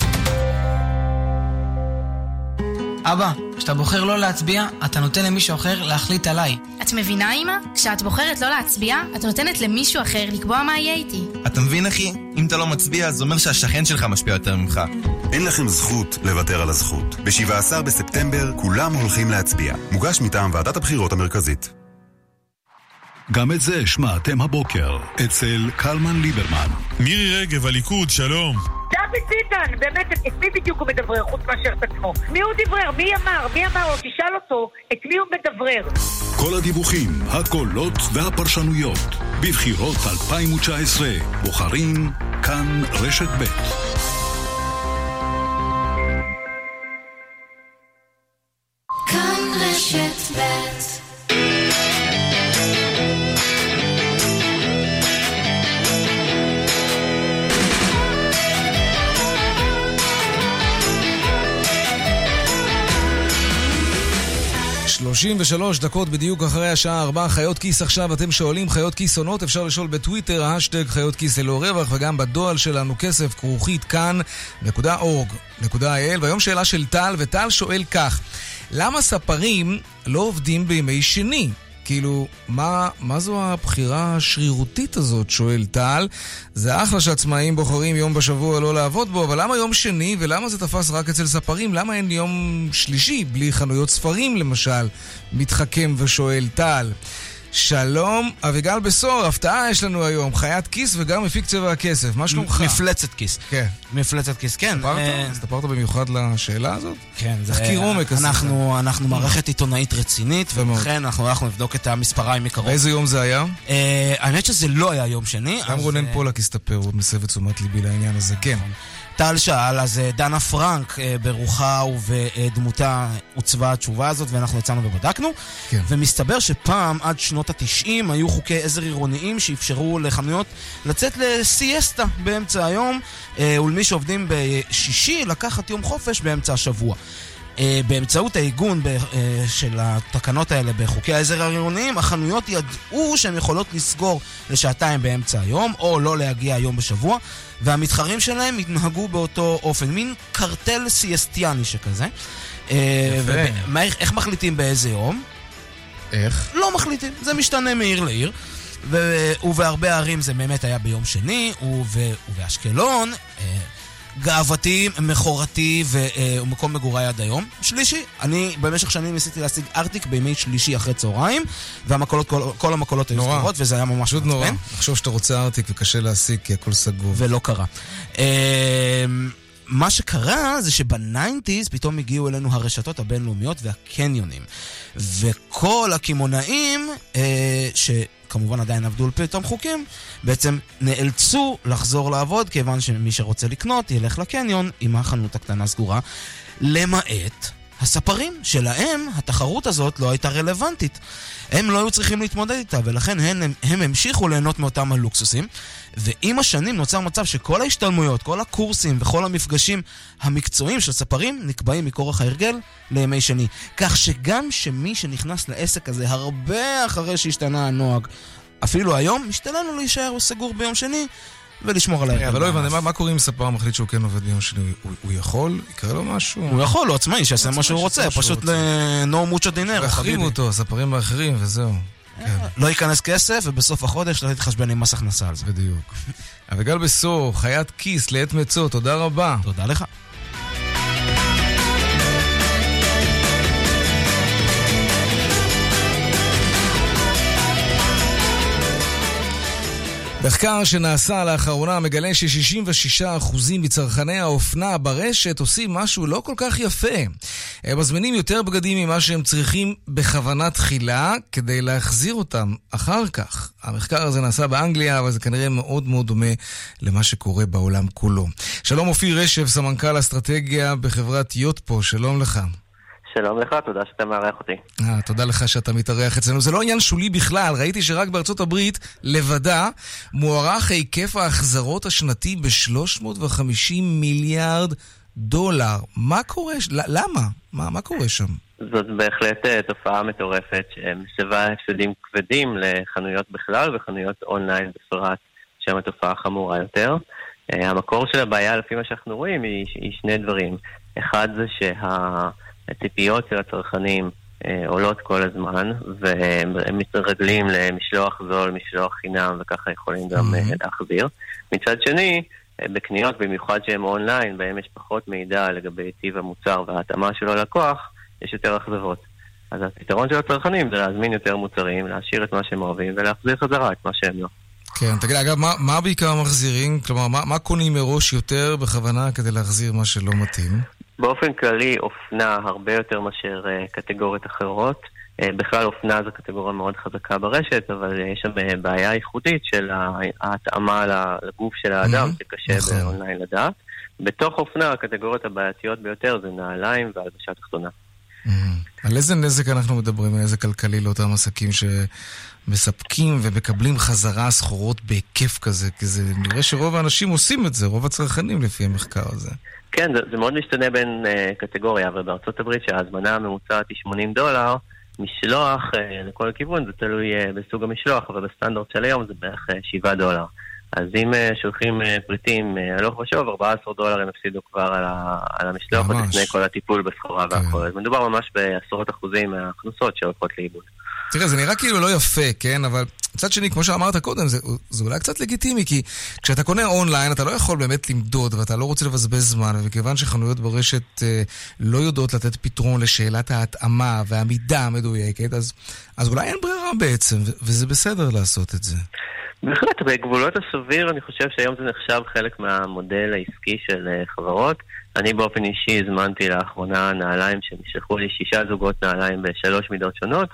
אבא, כשאתה בוחר לא להצביע, אתה נותן למישהו אחר להחליט עליי. את מבינה, אמא? כשאת בוחרת לא להצביע, את נותנת למישהו אחר לקבוע מה יהיה איתי. אתה מבין, אחי? אם אתה לא מצביע, זה אומר שהשכן שלך משפיע יותר ממך. אין לכם זכות לוותר על הזכות. ב-שבעה עשר בספטמבר כולם הולכים להצביע. מוגש מטעם ועדת הבחירות המרכזית. גם את זה שמעתם הבוקר אצל קלמן ליברמן. מירי רגב, הליכוד, שלום. דוד ביטן, באמת, את מי בדיוק הוא מדברר חוץ מאשר את עצמו? מי הוא דברר? מי אמר? מי אמר לו? תשאל אותו, את מי הוא מדברר? כל הדיווחים, הקולות והפרשנויות בבחירות אלפיים תשע עשרה בוחרים כאן רשת ב'. כאן רשת ב'. שלושים ושלוש דקות בדיוק אחרי השעה ארבע. חיות כיס עכשיו, אתם שואלים חיות כיס עונות, אפשר לשאול בטוויטר, השטג חיות כיס ללא רווח, וגם בדואל שלנו כסף כרוכית כאן נקודה אורג נקודה איי אל. והיום שאלה של טל, וטל שואל כך: למה ספרים לא עובדים בימי שני? כאילו, מה, מה זו הבחירה השרירותית הזאת, שואל טל. זה אחלה שעצמאים בוחרים יום בשבוע לא לעבוד בו, אבל למה יום שני, ולמה זה תפס רק אצל ספרים? למה אין יום שלישי, בלי חנויות ספרים למשל? מתחכם ושואל טל. שלום, אביגל בסור, הפתעה יש לנו היום, חיית כיס וגם מפיק צבע הכסף, מה שלומך? מפלצת כיס. כן. מפלצת כיס, כן. הסתפרת במיוחד לשאלה הזאת? כן. תחקיר עומק. אנחנו מערכת עיתונאית רצינית, ולכן אנחנו הלכנו לבדוק את המספריים מקרוב. באיזה יום זה היה? האמת שזה לא היה יום שני. גם רונן פולק הסתפר, הוא מסב את תשומת ליבי לעניין הזה, כן. טל שאל, אז דנה פרנק ברוחה ובדמותה עוצבה התשובה הזאת, ואנחנו יצאנו ובדקנו. כן. ומסתבר שפעם, עד שנות התשעים, היו חוקי עזר עירוניים שאפשרו לחנויות לצאת לסיאסטה באמצע היום, ולמי שעובדים בשישי לקחת יום חופש באמצע השבוע. באמצעות העיגון של התקנות האלה בחוקי העזר העירוניים, החנויות ידעו שהן יכולות לסגור לשעתיים באמצע היום, או לא להגיע היום בשבוע, והמתחרים שלהם התנהגו באותו אופן, מין קרטל סיאסטיאני שכזה. איך מחליטים באיזה יום? איך? לא מחליטים, זה משתנה מעיר לעיר. ובהרבה ערים זה באמת היה ביום שני, ובאשקלון גאוותי, מחורתי ומקום מגורי עד היום. שלישי, אני במשך שנים ניסיתי להשיג ארטיק בימי שלישי אחרי צהריים, וכל המקולות היו סגורות, וזה היה ממש פשוט נורא. לחשוב שאתה רוצה ארטיק וקשה להשיג כי הכל סגור. ולא קרה. מה שקרה זה שבניינטיז פתאום הגיעו אלינו הרשתות הבינלאומיות והקניונים. וכל הכימונאים, אה, שכמובן עדיין עבדו על פתאום חוקים, בעצם נאלצו לחזור לעבוד, כיוון שמי שרוצה לקנות ילך לקניון עם החנות הקטנה סגורה, למעט הספרים שלהם התחרות הזאת לא הייתה רלוונטית. הם לא היו צריכים להתמודד איתה, ולכן הם, הם המשיכו ליהנות מאותם הלוקסוסים, ועם השנים נוצר מצב שכל ההשתלמויות, כל הקורסים וכל המפגשים המקצועיים של ספרים נקבעים מכורח ההרגל לימי שני. כך שגם שמי שנכנס לעסק הזה הרבה אחרי שהשתנה הנוהג, אפילו היום, משתלנו להישאר סגור ביום שני, ולשמור על ההרגל. אבל לא הבנתי, מה קורה אם ספר מחליט שהוא כן עובד ביום שני? הוא יכול? יקרה לו משהו? הוא יכול, הוא עצמאי, שיעשה מה שהוא רוצה, פשוט נו מוצ'ו דינר. להחרים אותו, הספרים האחרים, וזהו. לא ייכנס כסף, ובסוף החודש לא תתחשבן עם מס הכנסה על זה. בדיוק. אביגל בסור, חיית כיס, לעת מצוא, תודה רבה. תודה לך. מחקר שנעשה לאחרונה מגלה ש-שישים ושישה אחוז מצרכני האופנה ברשת עושים משהו לא כל כך יפה. הם מזמינים יותר בגדים ממה שהם צריכים בכוונה תחילה כדי להחזיר אותם אחר כך. המחקר הזה נעשה באנגליה, אבל זה כנראה מאוד מאוד דומה למה שקורה בעולם כולו. שלום אופיר רשף, סמנכ"ל אסטרטגיה בחברת יוטפו, שלום לך. שלום לך, תודה שאתה מארח אותי. אה, תודה לך שאתה מתארח אצלנו. זה לא עניין שולי בכלל, ראיתי שרק בארצות הברית לבדה מוערך היקף ההחזרות השנתי ב-שלוש מאות וחמישים מיליארד דולר. מה קורה? למה? מה, מה קורה שם? זאת בהחלט תופעה מטורפת שמסבה הפסדים כבדים לחנויות בכלל וחנויות אונליין בפרט, ששם התופעה חמורה יותר. המקור של הבעיה, לפי מה שאנחנו רואים, היא, היא שני דברים. אחד זה שהציפיות של הצרכנים עולות כל הזמן, והם מתרגלים למשלוח זול, משלוח חינם, וככה יכולים גם להחזיר. מצד שני, בקניות, במיוחד שהם אונליין, בהם יש פחות מידע לגבי טיב המוצר וההתאמה שלו לקוח, יש יותר אכזבות. אז הפתרון של הצרכנים זה להזמין יותר מוצרים, להשאיר את מה שהם אוהבים, ולהחזיר חזרה את מה שהם לא. כן, תגיד, אגב, מה, מה בעיקר מחזירים? כלומר, מה, מה קונים מראש יותר בכוונה כדי להחזיר מה שלא מתאים? באופן כללי, אופנה הרבה יותר מאשר uh, קטגוריות אחרות. Uh, בכלל, אופנה זו קטגוריה מאוד חזקה ברשת, אבל uh, יש שם uh, בעיה ייחודית של ההתאמה לגוף של האדם, mm-hmm. שקשה נכון. באונליין לדעת. בתוך אופנה, הקטגוריות הבעייתיות ביותר זה נעליים והלבשה תחתונה. Mm-hmm. על איזה נזק אנחנו מדברים, על איזה כלכלי לאותם עסקים שמספקים ומקבלים חזרה סחורות בהיקף כזה? כי זה נראה שרוב האנשים עושים את זה, רוב הצרכנים לפי המחקר הזה. כן, זה, זה מאוד משתנה בין uh, קטגוריה, אבל בארצות הברית שההזמנה הממוצעת היא שמונים דולר, משלוח uh, לכל כיוון, זה תלוי uh, בסוג המשלוח, אבל בסטנדרט של היום זה בערך uh, שבעה דולר. אז אם uh, שולחים uh, פריטים uh, הלוך ושוב, ארבעה עשר דולר הם הפסידו כבר על, ה, על המשלוח, לפני כל הטיפול בסחורה כן. והכל. אז מדובר ממש בעשרות אחוזים מההכנסות שהולכות לאיבוד. תראה, זה נראה כאילו לא יפה, כן? אבל מצד שני, כמו שאמרת קודם, זה, זה אולי קצת לגיטימי, כי כשאתה קונה אונליין, אתה לא יכול באמת למדוד, ואתה לא רוצה לבזבז זמן, וכיוון שחנויות ברשת אה, לא יודעות לתת פתרון לשאלת ההתאמה והמידה המדויקת, אז, אז אולי אין ברירה בעצם, ו- וזה בסדר לעשות את זה. בהחלט, בגבולות הסביר, אני חושב שהיום זה נחשב חלק מהמודל העסקי של uh, חברות. אני באופן אישי הזמנתי לאחרונה נעליים שנשלחו לי שישה זוגות נעליים בשלוש מידות שונות,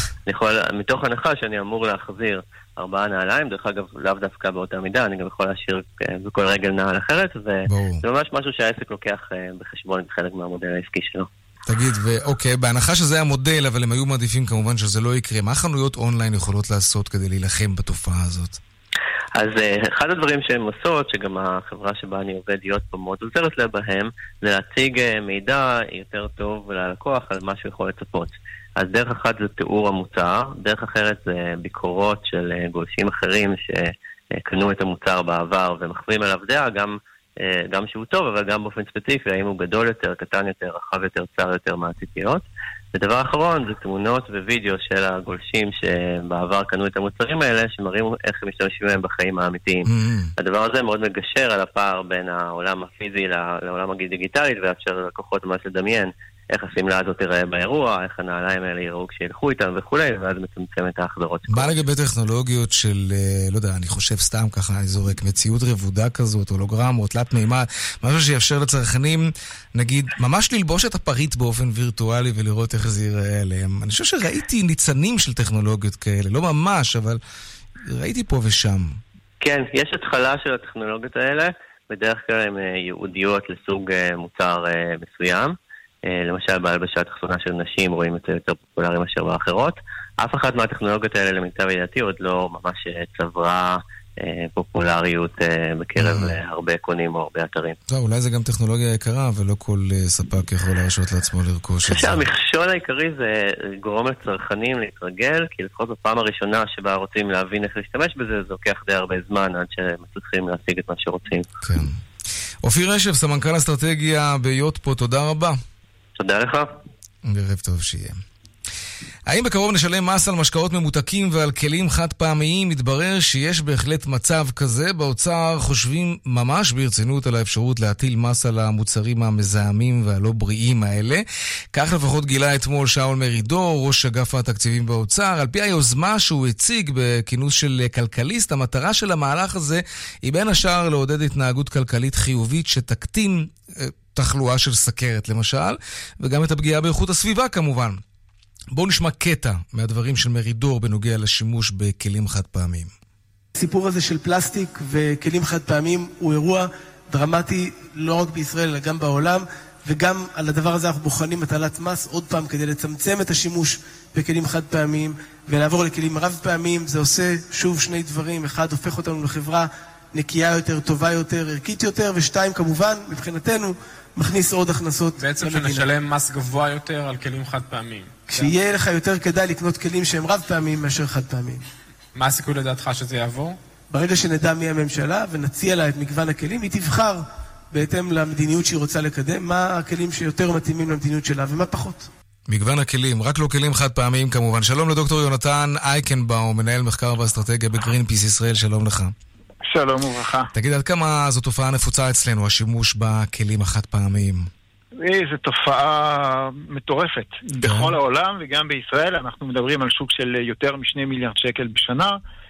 ומתוך הנחה שאני אמור להחזיר ארבעה נעליים, דרך אגב לאו דווקא באותה מידה, אני גם יכול להשאיר uh, בכל רגל נעל אחרת, וזה ממש משהו שהעסק לוקח uh, בחשבון חלק מהמודל העסקי שלו. תגיד, ואוקיי, בהנחה שזה המודל, אבל הם היו מעדיפים כמובן שזה לא יקרה, מה חנויות אונליין יכולות לעשות כדי להילחם בתופעה הזאת? אז אחד הדברים שהן עושות, שגם החברה שבה אני עובד להיות פה מאוד עוזרת לה בהם, זה להציג מידע יותר טוב ללקוח על מה שהוא יכול לצפות. אז דרך אחת זה תיאור המוצר, דרך אחרת זה ביקורות של גולשים אחרים שקנו את המוצר בעבר ומחווים עליו דעה, גם גם שהוא טוב, אבל גם באופן ספציפי, האם הוא גדול יותר, קטן יותר, רחב יותר, צר יותר מהציפיות. ודבר אחרון, זה תמונות ווידאו של הגולשים שבעבר קנו את המוצרים האלה, שמראים איך הם משתמשים בהם בחיים האמיתיים. Mm-hmm. הדבר הזה מאוד מגשר על הפער בין העולם הפיזי לעולם הדיגיטלי, ואפשר ללקוחות ממש לדמיין איך השמלה הזאת תראה באירוע, איך הנעליים האלה יראו כשילכו איתם וכולי, ואז מצמצם את ההחזרות. מה לגבי טכנולוגיות של, לא יודע, אני חושב סתם ככה, אני זורק, מציאות רבודה כזאת, הולוגרמות, תלת מימד, משהו שיאפשר לצרכנים, נגיד, ממש ללבוש את הפריט באופן וירטואלי ולראות איך זה ייראה עליהם. אני חושב שראיתי ניצנים של טכנולוגיות כאלה, לא ממש, אבל ראיתי פה ושם. כן, יש התחלה של הטכנולוגיות האלה, בדרך כלל הן ייעודיות לסוג מוצר מסוים. למשל בהלבשת תחתונה של נשים רואים את זה יותר פופולרי מאשר באחרות. אף אחת מהטכנולוגיות האלה למיטב ידיעתי עוד לא ממש צברה פופולריות בקרב הרבה קונים או הרבה אתרים. אולי זה גם טכנולוגיה יקרה ולא כל ספק יכול להרשות לעצמו לרכוש את זה. המכשול העיקרי זה גורם לצרכנים להתרגל, כי לפחות בפעם הראשונה שבה רוצים להבין איך להשתמש בזה, זה לוקח די הרבה זמן עד שמצליחים להשיג את מה שרוצים. כן. אופיר רשף, סמנכ"ל אסטרטגיה ביוטפו, תודה רבה. תודה לך. ערב טוב שיהיה. האם בקרוב נשלם מס על משקאות ממותקים ועל כלים חד פעמיים? מתברר שיש בהחלט מצב כזה. באוצר חושבים ממש ברצינות על האפשרות להטיל מס על המוצרים המזהמים והלא בריאים האלה. כך לפחות גילה אתמול שאול מרידור, ראש אגף התקציבים באוצר. על פי היוזמה שהוא הציג בכינוס של כלכליסט, המטרה של המהלך הזה היא בין השאר לעודד התנהגות כלכלית חיובית שתקטין תחלואה של סכרת למשל, וגם את הפגיעה באיכות הסביבה כמובן. בואו נשמע קטע מהדברים של מרידור בנוגע לשימוש בכלים חד פעמיים. הסיפור הזה של פלסטיק וכלים חד פעמיים הוא אירוע דרמטי לא רק בישראל אלא גם בעולם, וגם על הדבר הזה אנחנו בוחנים הטלת מס עוד פעם כדי לצמצם את השימוש בכלים חד פעמיים ולעבור לכלים רב פעמיים. זה עושה שוב שני דברים: אחד, הופך אותנו לחברה נקייה יותר, טובה יותר, ערכית יותר, ושתיים, כמובן, מבחינתנו, מכניס עוד הכנסות בעצם למדינה. שנשלם מס גבוה יותר על כלים חד פעמיים. כשיהיה לך יותר כדאי לקנות כלים שהם רב פעמיים מאשר חד פעמיים. מה הסיכוי לדעתך שזה יעבור? ברגע שנדע מי הממשלה ונציע לה את מגוון הכלים, היא תבחר בהתאם למדיניות שהיא רוצה לקדם, מה הכלים שיותר מתאימים למדיניות שלה ומה פחות. מגוון הכלים, רק לא כלים חד פעמיים כמובן. שלום לדוקטור יונתן אייקנבאום, מנהל מחקר ואסטרטגיה בגרינפיס ישראל, שלום לך. שלום וברכה. תגיד, עד כמה זו תופעה נפוצה אצלנו, השימוש בכלים החד פעמיים? זו תופעה מטורפת. בכל העולם וגם בישראל אנחנו מדברים על שוק של יותר משני מיליארד שקל בשנה,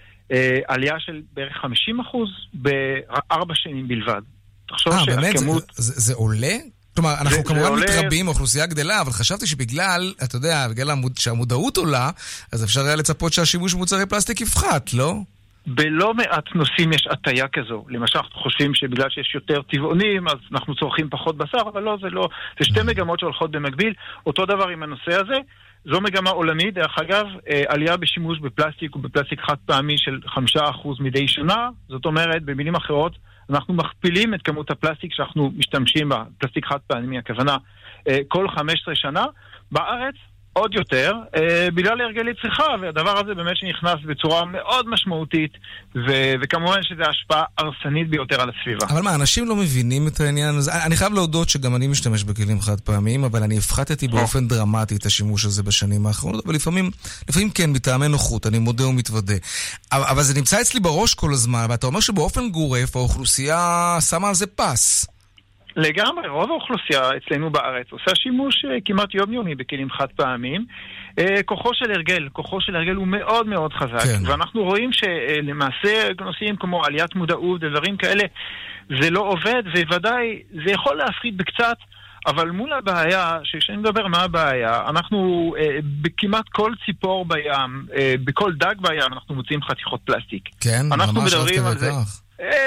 עלייה של בערך חמישים אחוז בארבע שנים בלבד. אה, באמת? זה עולה? כלומר, אנחנו כמובן מתרבים, האוכלוסייה גדלה, אבל חשבתי שבגלל, אתה יודע, בגלל שהמודעות עולה, אז אפשר היה לצפות שהשימוש במוצרי פלסטיק יפחת, לא? בלא מעט נושאים יש הטיה כזו. למשל, אנחנו חושבים שבגלל שיש יותר טבעונים, אז אנחנו צורכים פחות בשר, אבל לא, זה לא. זה שתי מגמות שהולכות במקביל. אותו דבר עם הנושא הזה. זו מגמה עולמית, דרך אגב, עלייה בשימוש בפלסטיק ובפלסטיק חד פעמי של חמישה אחוז מדי שנה. זאת אומרת, במילים אחרות, אנחנו מכפילים את כמות הפלסטיק שאנחנו משתמשים בה, פלסטיק חד פעמי, הכוונה, כל חמש עשרה שנה. בארץ, עוד יותר, בגלל הרגלי צריכה, והדבר הזה באמת שנכנס בצורה מאוד משמעותית, ו- וכמובן שזה השפעה הרסנית ביותר על הסביבה. אבל מה, אנשים לא מבינים את העניין הזה? אני חייב להודות שגם אני משתמש בכלים חד פעמיים, אבל אני הפחתתי באופן דרמטי את השימוש הזה בשנים האחרונות, אבל לפעמים, לפעמים כן, מטעמי נוחות, אני מודה ומתוודה. אבל, אבל זה נמצא אצלי בראש כל הזמן, ואתה אומר שבאופן גורף, האוכלוסייה שמה על זה פס. לגמרי, רוב האוכלוסייה אצלנו בארץ עושה שימוש כמעט יומיומי בכלים חד פעמים. כוחו של הרגל, כוחו של הרגל הוא מאוד מאוד חזק, כן. ואנחנו רואים שלמעשה נושאים כמו עליית מודעות ודברים כאלה, זה לא עובד, וודאי זה יכול להפחית בקצת, אבל מול הבעיה, שכשאני מדבר מה הבעיה, אנחנו בכמעט כל ציפור בים, בכל דג בים, אנחנו מוצאים חתיכות פלסטיק. כן, אנחנו ממש מדברים על זה. כך.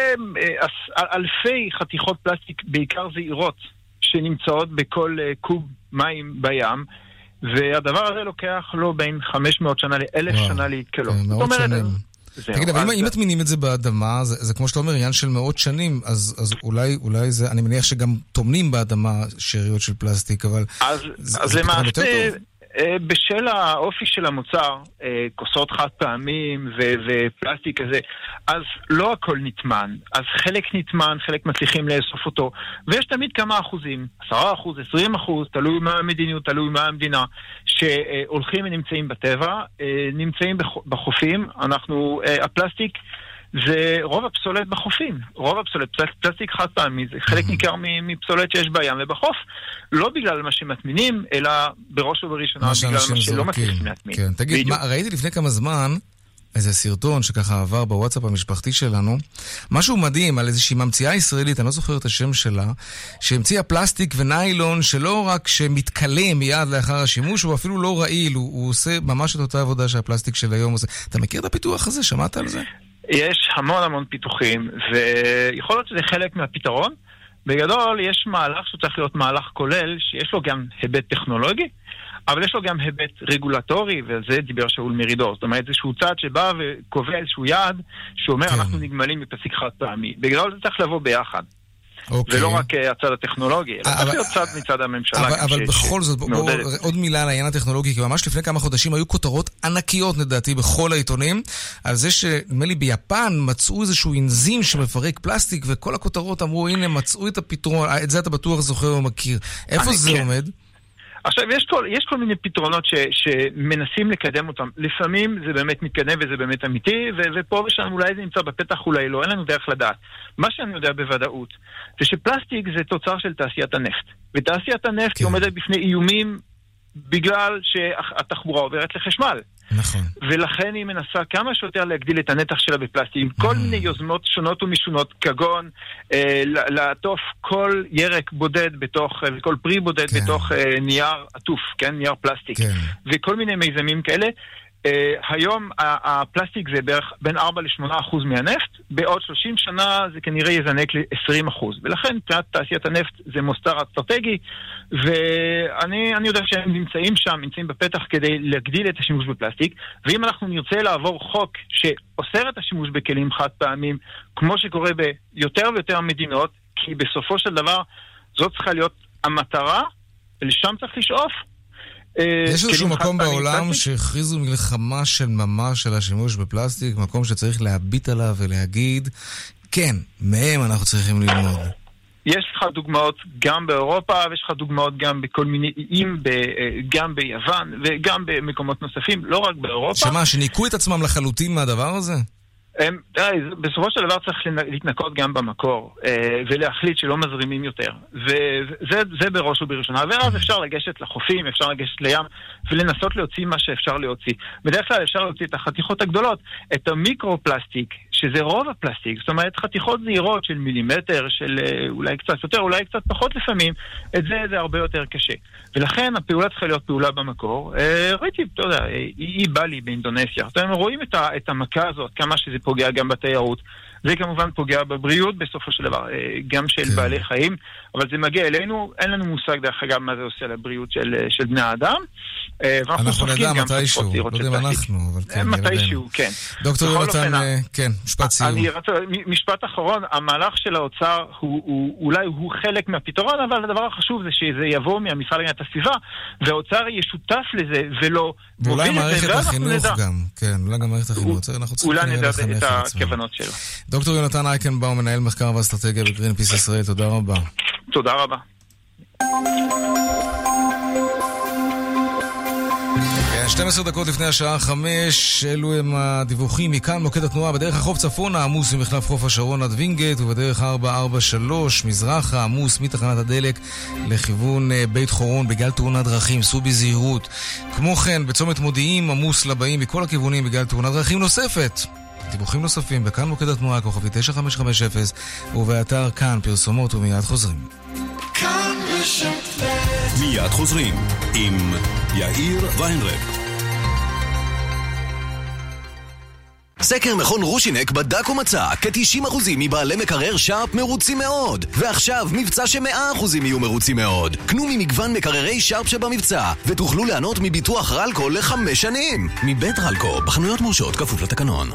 אלפי חתיכות פלסטיק, בעיקר זעירות, שנמצאות בכל קוב מים בים, והדבר הזה לוקח לו בין חמש מאות שנה ל-אלף שנה להתקלות. מאות שנים. תגיד, אבל אם מטמינים את זה באדמה, זה כמו שאתה אומר, עניין של מאות שנים, אז אולי זה, אני מניח שגם טומנים באדמה שאריות של פלסטיק, אבל זה פתרון יותר טוב. בשל האופי של המוצר, כוסות חד פעמים ופלסטיק כזה, אז לא הכל נטמן. אז חלק נטמן, חלק מצליחים לאסוף אותו, ויש תמיד כמה אחוזים, עשרה אחוז, עשרים אחוז, תלוי מה המדיניות, תלוי מה המדינה, שהולכים ונמצאים בטבע, נמצאים בחופים. אנחנו, הפלסטיק זה רוב הפסולת בחופים, רוב הפסולת, פלסטיק חד פעמי, זה חלק ניכר מפסולת שיש בים ובחוף, לא בגלל מה שמטמינים, אלא בראש ובראשונה בגלל מה שלא מצליחים להטמין. כן, תגיד, מה, ראיתי לפני כמה זמן איזה סרטון שככה עבר בוואטסאפ המשפחתי שלנו, משהו מדהים על איזושהי ממציאה ישראלית, אני לא זוכר את השם שלה, שהמציאה פלסטיק וניילון שלא רק שמתקלה מיד לאחר השימוש, הוא אפילו לא רעיל, הוא, הוא עושה ממש את אותה עבודה שהפלסטיק של היום עושה. אתה מכיר את הפיתוח הזה? שמעת על זה? יש המון המון פיתוחים, ויכול להיות שזה חלק מהפתרון. בגדול, יש מהלך שצריך להיות מהלך כולל, שיש לו גם היבט טכנולוגי, אבל יש לו גם היבט רגולטורי, ועל זה דיבר שאול מרידור. זאת אומרת, איזשהו צד שבא וקובע איזשהו יעד, שאומר, כן. אנחנו נגמלים בפלסטיק חד פעמי. בגדול זה צריך לבוא ביחד. אוקיי. ולא רק הצד הטכנולוגי, אלא צריך להיות צד מצד הממשלה. אבל, אבל בכל זאת, בוא, בוא, עוד מילה על העניין הטכנולוגי, כי ממש לפני כמה חודשים היו כותרות ענקיות, לדעתי, בכל העיתונים, על זה שנדמה לי ביפן מצאו איזשהו אנזים שמפרק פלסטיק, וכל הכותרות אמרו, הנה, מצאו את הפתרון, את זה אתה בטוח זוכר ומכיר. איפה זה כן. עומד? עכשיו, יש כל, יש כל מיני פתרונות ש, שמנסים לקדם אותם. לפעמים זה באמת מתקדם וזה באמת אמיתי, ו, ופה ושם אולי זה נמצא בפתח, אולי לא, אין לנו דרך לדעת. מה שאני יודע בוודאות, זה שפלסטיק זה תוצר של תעשיית הנפט. ותעשיית הנפט כן. היא עומדת בפני איומים בגלל שהתחבורה עוברת לחשמל. נכון. ולכן היא מנסה כמה שיותר להגדיל את הנתח שלה בפלסטיק, עם כל מיני יוזמות שונות ומשונות, כגון אה, לעטוף כל ירק בודד בתוך, וכל פרי בודד כן. בתוך אה, נייר עטוף, כן? נייר פלסטיק. כן. וכל מיני מיזמים כאלה. Uh, היום הפלסטיק זה בערך בין ארבע לשמונה אחוז מהנפט, בעוד שלושים שנה זה כנראה יזנק ל-עשרים אחוז, ולכן מבחינת תעשיית הנפט זה מוסתר אסטרטגי, ואני אני יודע שהם נמצאים שם, נמצאים בפתח כדי להגדיל את השימוש בפלסטיק, ואם אנחנו נרצה לעבור חוק שאוסר את השימוש בכלים חד פעמים, כמו שקורה ביותר ויותר מדינות, כי בסופו של דבר זאת צריכה להיות המטרה, ולשם צריך לשאוף, יש איזשהו מקום בעולם שהכריזו מלחמה של ממש של השימוש בפלסטיק, מקום שצריך להביט עליו ולהגיד, כן, מהם אנחנו צריכים ללמוד. יש לך דוגמאות גם באירופה, ויש לך דוגמאות גם בכל מיני איים, גם ביוון וגם במקומות נוספים, לא רק באירופה. שמה, שניקו את עצמם לחלוטין מהדבר הזה? הם, בסופו של דבר צריך להתנקות גם במקור, ולהחליט שלא מזרימים יותר. וזה זה בראש ובראשונה. ואז אפשר לגשת לחופים, אפשר לגשת לים, ולנסות להוציא מה שאפשר להוציא. בדרך כלל אפשר להוציא את החתיכות הגדולות, את המיקרו-פלסטיק, שזה רוב הפלסטיק, זאת אומרת חתיכות זעירות של מילימטר, של אולי קצת יותר, אולי קצת פחות לפעמים, את זה זה הרבה יותר קשה. ולכן הפעולה צריכה להיות פעולה במקור. ראיתי, אתה יודע, היא בא לי באינדונסיה. אתם רואים את, ה, את המכה הזאת, כמה שזה פוגע גם בתיירות. זה כמובן פוגע בבריאות בסופו של דבר, גם של בעלי חיים, אבל זה מגיע אלינו, אין לנו מושג דרך אגב מה זה עושה לבריאות של, של בני האדם. אנחנו נדע מתישהו, לא יודעים אנחנו, אבל כן, מתישהו, כן. דוקטור יונתן, כן, משפט סיום. משפט אחרון, המהלך של האוצר אולי הוא חלק מהפתרון, אבל הדבר החשוב זה שזה יבוא מהמשרד להגנת הסביבה, והאוצר ישותף לזה ולא ואולי מערכת החינוך גם, כן, אולי גם מערכת החינוך, אולי נדע את הכוונות שלו. דוקטור יונתן אייקנבאום, מנהל מחקר ואסטרטגיה בגרינפיס ישראל, תודה רבה. תודה רבה. שתים עשרה דקות לפני השעה חמש, אלו הם הדיווחים מכאן מוקד התנועה בדרך החוף צפונה, עמוס ממחלף חוף השרון עד וינגייט, ובדרך ארבע ארבע שלוש מזרחה, עמוס מתחנת הדלק לכיוון בית חורון בגלל תאונת דרכים, סעו בזהירות. כמו כן, בצומת מודיעים עמוס לבאים מכל הכיוונים בגלל תאונת דרכים נוספת. דיווחים נוספים בכאן מוקד התנועה כוכבי תשע חמש חמש אפס ובאתר כאן פרסומות ומיד חוזרים. מיד חוזרים עם יאיר ויינרב. סקר מכון רושינק בדק ומצא כ-תשעים אחוזים מבעלי מקרר שרפ מרוצים מאוד, ועכשיו מבצע ש-מאה אחוזים יהיו מרוצים מאוד. קנו ממגוון מקררי שרפ שבמבצע ותוכלו ליהנות מביטוח רלקו לחמש שנים מבית רלקו בחנויות מורשות כפוף לתקנון.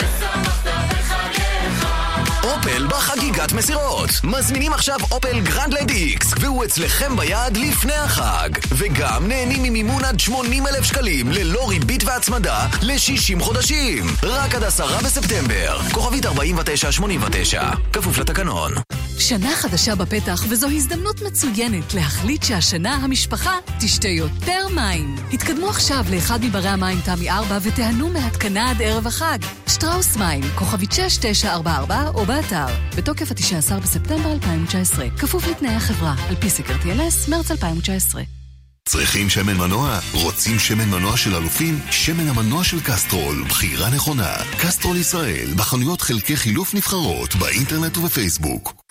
אופל בחגיגת מסירות. מזמינים עכשיו אופל גרנדלנד איקס, והוא אצלכם ביד לפני החג. וגם נהנים ממימון עד שמונים אלף שקלים ללא ריבית והצמדה ל-שישים חודשים. רק עד עשרה בספטמבר. כוכבית ארבעים ותשע שמונים ותשע. כפוף לתקנון. שנה חדשה בפתח, וזו הזדמנות מצוינת להחליט שהשנה המשפחה תשתה יותר מים. התקדמו עכשיו לאחד מברי המים תמי ארבע ותיהנו מהתקנה עד ערב החג. שטראוס מים, כוכבית שש תשע ארבע ארבע או באתר. בתוקף ה-תשעה עשר בספטמבר אלפיים תשע עשרה. כפוף לתנאי החברה. על פי סקר טי אל אס, מרץ אלפיים תשע עשרה. צריכים שמן מנוע? רוצים שמן מנוע של אלופים? שמן המנוע של קסטרול, בחירה נכונה. קסטרול ישראל, בחנויות חלקי חילוף נבחרות, באינטרנט ובפייסבוק.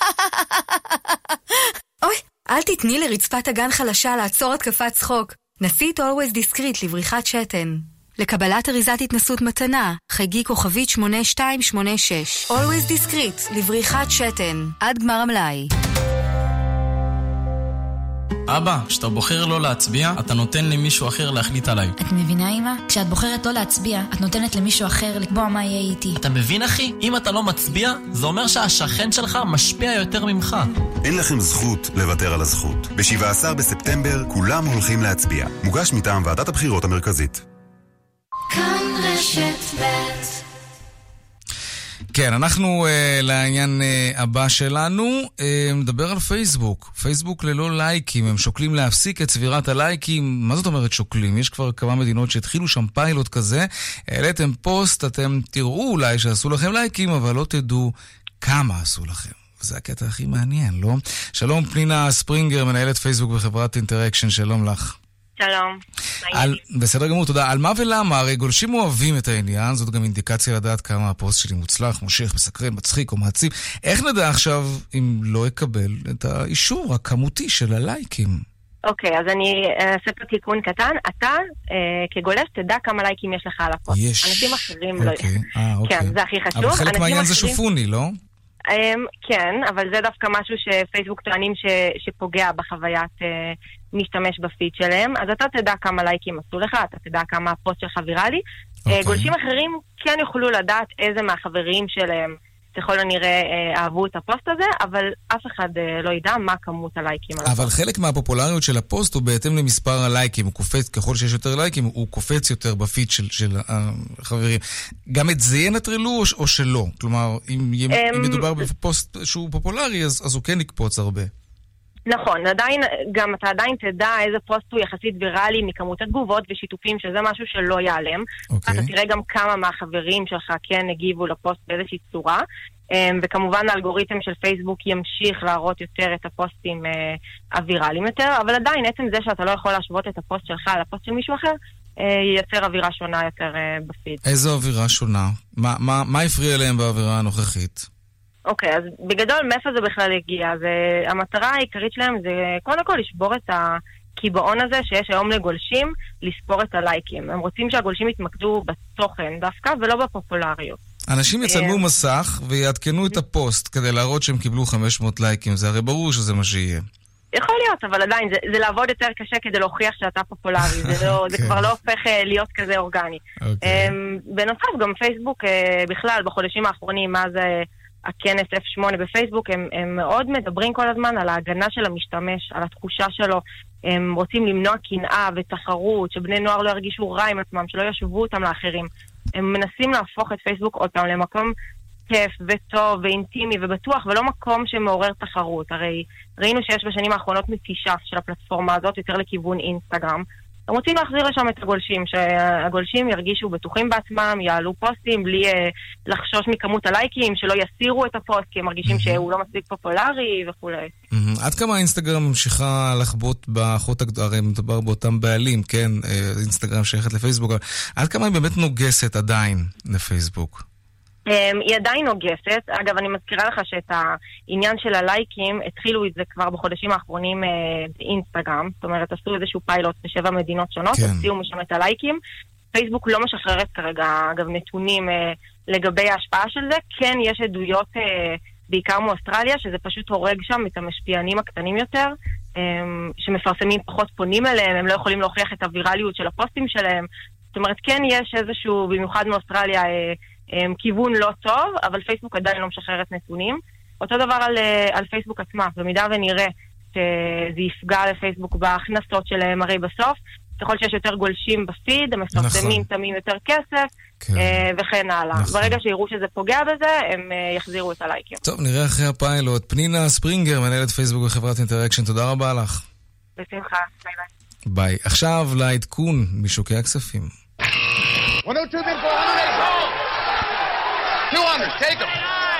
אוי, אל תתני לרצפת הגן חלשה לעצור התקפת צחוק. נסית Always Discreet לבריחת שתן. לקבלת אריזת התנסות מתנה, חגי כוכבית שמונה שתיים שמונה שש. Always Discreet לבריחת שתן, עד גמר המלאי. אבא, כשאתה בוחר לא להצביע, אתה נותן למישהו אחר להחליט עליי. את מבינה, אמא? כשאת בוחרת לא להצביע, את נותנת למישהו אחר לקבוע מה יהיה איתי. אתה מבין, אחי? אם אתה לא מצביע, זה אומר שהשכן שלך משפיע יותר ממך. אין לכם זכות לוותר על הזכות. ב-שבעה עשר בספטמבר כולם הולכים להצביע. מוגש מטעם ועדת הבחירות המרכזית. כאן רשת ב'. כן, אנחנו uh, לעניין uh, הבא שלנו, uh, מדבר על פייסבוק. פייסבוק ללא לייקים, הם שוקלים להפסיק את צבירת הלייקים. מה זאת אומרת שוקלים? יש כבר כמה מדינות שהתחילו שם פיילוט כזה. העליתם פוסט, אתם תראו אולי שעשו לכם לייקים, אבל לא תדעו כמה עשו לכם. וזה הקטע הכי מעניין, לא? שלום, פנינה ספרינגר, מנהלת פייסבוק בחברת אינטראקשן, שלום לך. שלום. על, בסדר גמור, תודה. על מה ולמה? הרי גולשים אוהבים את העניין, זאת גם אינדיקציה לדעת כמה הפוסט שלי מוצלח, מושך, מסקרן, מצחיק או מעציב. איך נדע עכשיו אם לא אקבל את האישור הכמותי של הלייקים? אוקיי, אז אני אעשה פה תיקון קטן. אתה אה, כגולש תדע כמה לייקים יש לך על הפוסט. יש. אנשים אחרים אוקיי. לא... אה, אוקיי. כן, זה הכי חשוב. אבל חלק מהעניין אחרים... זה שופוני, לא? כן, אבל זה דווקא משהו שפייסבוק טוענים ש, שפוגע בחוויית משתמש בפיד שלהם, אז אתה תדע כמה לייקים עשו לך, אתה תדע כמה הפוסט שלך ויראלי. Okay. גולשים אחרים כן יוכלו לדעת איזה מהחברים שלהם ככל הנראה אהבו את הפוסט הזה, אבל אף אחד לא ידע מה כמות הלייקים על הפוסט. אבל חלק מהפופולריות של הפוסט הוא בהתאם למספר הלייקים, הוא קופץ, ככל שיש יותר לייקים, הוא קופץ יותר בפיד של, של החברים. גם את זה ינטרלו או, או שלא? כלומר, אם, אם מדובר בפוסט שהוא פופולרי, אז, אז הוא כן יקפוץ הרבה. נכון, עדיין, גם אתה עדיין תדע איזה פוסט הוא יחסית ויראלי מכמות התגובות ושיתופים, שזה משהו שלא ייעלם. Okay. אתה תראה גם כמה מהחברים שלך כן הגיבו לפוסט באיזושהי צורה, וכמובן האלגוריתם של פייסבוק ימשיך להראות יותר את הפוסטים הוויראליים יותר, אבל עדיין עצם זה שאתה לא יכול להשוות את הפוסט שלך לפוסט של מישהו אחר, ייצר אווירה שונה יותר בפיד. איזו אווירה שונה? מה, מה, מה הפריע להם באווירה הנוכחית? אוקיי, אז בגדול מאיפה זה בכלל הגיע? זה, המטרה העיקרית שלהם זה קודם כל לשבור את הקיבעון הזה שיש היום לגולשים, לספור את הלייקים. הם רוצים שהגולשים יתמקדו בתוכן דווקא ולא בפופולריות. אנשים יצלמו מסך ויעדכנו את הפוסט כדי להראות שהם קיבלו חמש מאות לייקים, זה הרי ברור שזה מה שיהיה. יכול להיות, אבל עדיין זה, זה לעבוד יותר קשה כדי להוכיח שאתה פופולרי, זה, לא, זה כבר לא הופך להיות כזה אורגני. בנוסף, גם פייסבוק בכלל בחודשים האחרונים, מה זה הכנס אף שמונה בפייסבוק, הם, הם מאוד מדברים כל הזמן על ההגנה של המשתמש, על התחושה שלו, הם רוצים למנוע קנאה ותחרות, שבני נוער לא ירגישו רע עם עצמם, שלא ישוו אותם לאחרים. הם מנסים להפוך את פייסבוק עוד פעם למקום כיף וטוב ואינטימי ובטוח, ולא מקום שמעורר תחרות. הרי ראינו שיש בשנים האחרונות מצישה של הפלטפורמה הזאת יותר לכיוון אינסטגרם. הם רוצים להחזיר לשם את הגולשים, שהגולשים ירגישו בטוחים בעצמם, יעלו פוסטים בלי uh, לחשוש מכמות הלייקים, שלא יסירו את הפוסט, כי הם מרגישים mm-hmm. שהוא לא מספיק פופולרי וכו'. Mm-hmm. עד כמה האינסטגרם ממשיכה לחבוט באחות הגדולה, הרי מדובר באותם בעלים, כן, אינסטגרם שייכת לפייסבוק, עד כמה היא באמת נוגסת עדיין לפייסבוק? היא עדיין נוגסת. אגב, אני מזכירה לך שאת העניין של הלייקים התחילו את זה כבר בחודשים האחרונים באינסטגרם, זאת אומרת, עשו איזשהו פיילוט בשבע מדינות שונות, כן. הוציאו משם את הלייקים. פייסבוק לא משחררת כרגע, אגב, נתונים לגבי ההשפעה של זה. כן, יש עדויות בעיקר מאוסטרליה, שזה פשוט הורג שם את המשפיענים הקטנים יותר, שמפרסמים פחות פונים אליהם, הם לא יכולים להוכיח את הווירליות של הפוסטים שלהם. זאת אומרת, כן יש איזשהו, במיוחד מאוסטרליה, כיוון לא טוב, אבל פייסבוק עדיין לא משחררת נתונים. אותו דבר על, על פייסבוק עצמה. במידה ונראה שזה יפגע לפייסבוק בהכנסות שלהם, הרי בסוף, ככל שיש יותר גולשים בפיד, הם מפרסמים תמים יותר כסף, כן. וכן הלאה. נכון. ברגע שיראו שזה פוגע בזה, הם יחזירו את הלייקים. טוב, נראה אחרי הפיילוט. פנינה ספרינגר, מנהלת פייסבוק וחברת אינטראקשן, תודה רבה לך. בשמחה, ביי ביי. ביי. עכשיו לעדכון משוקי הכספים. two hundred, take them.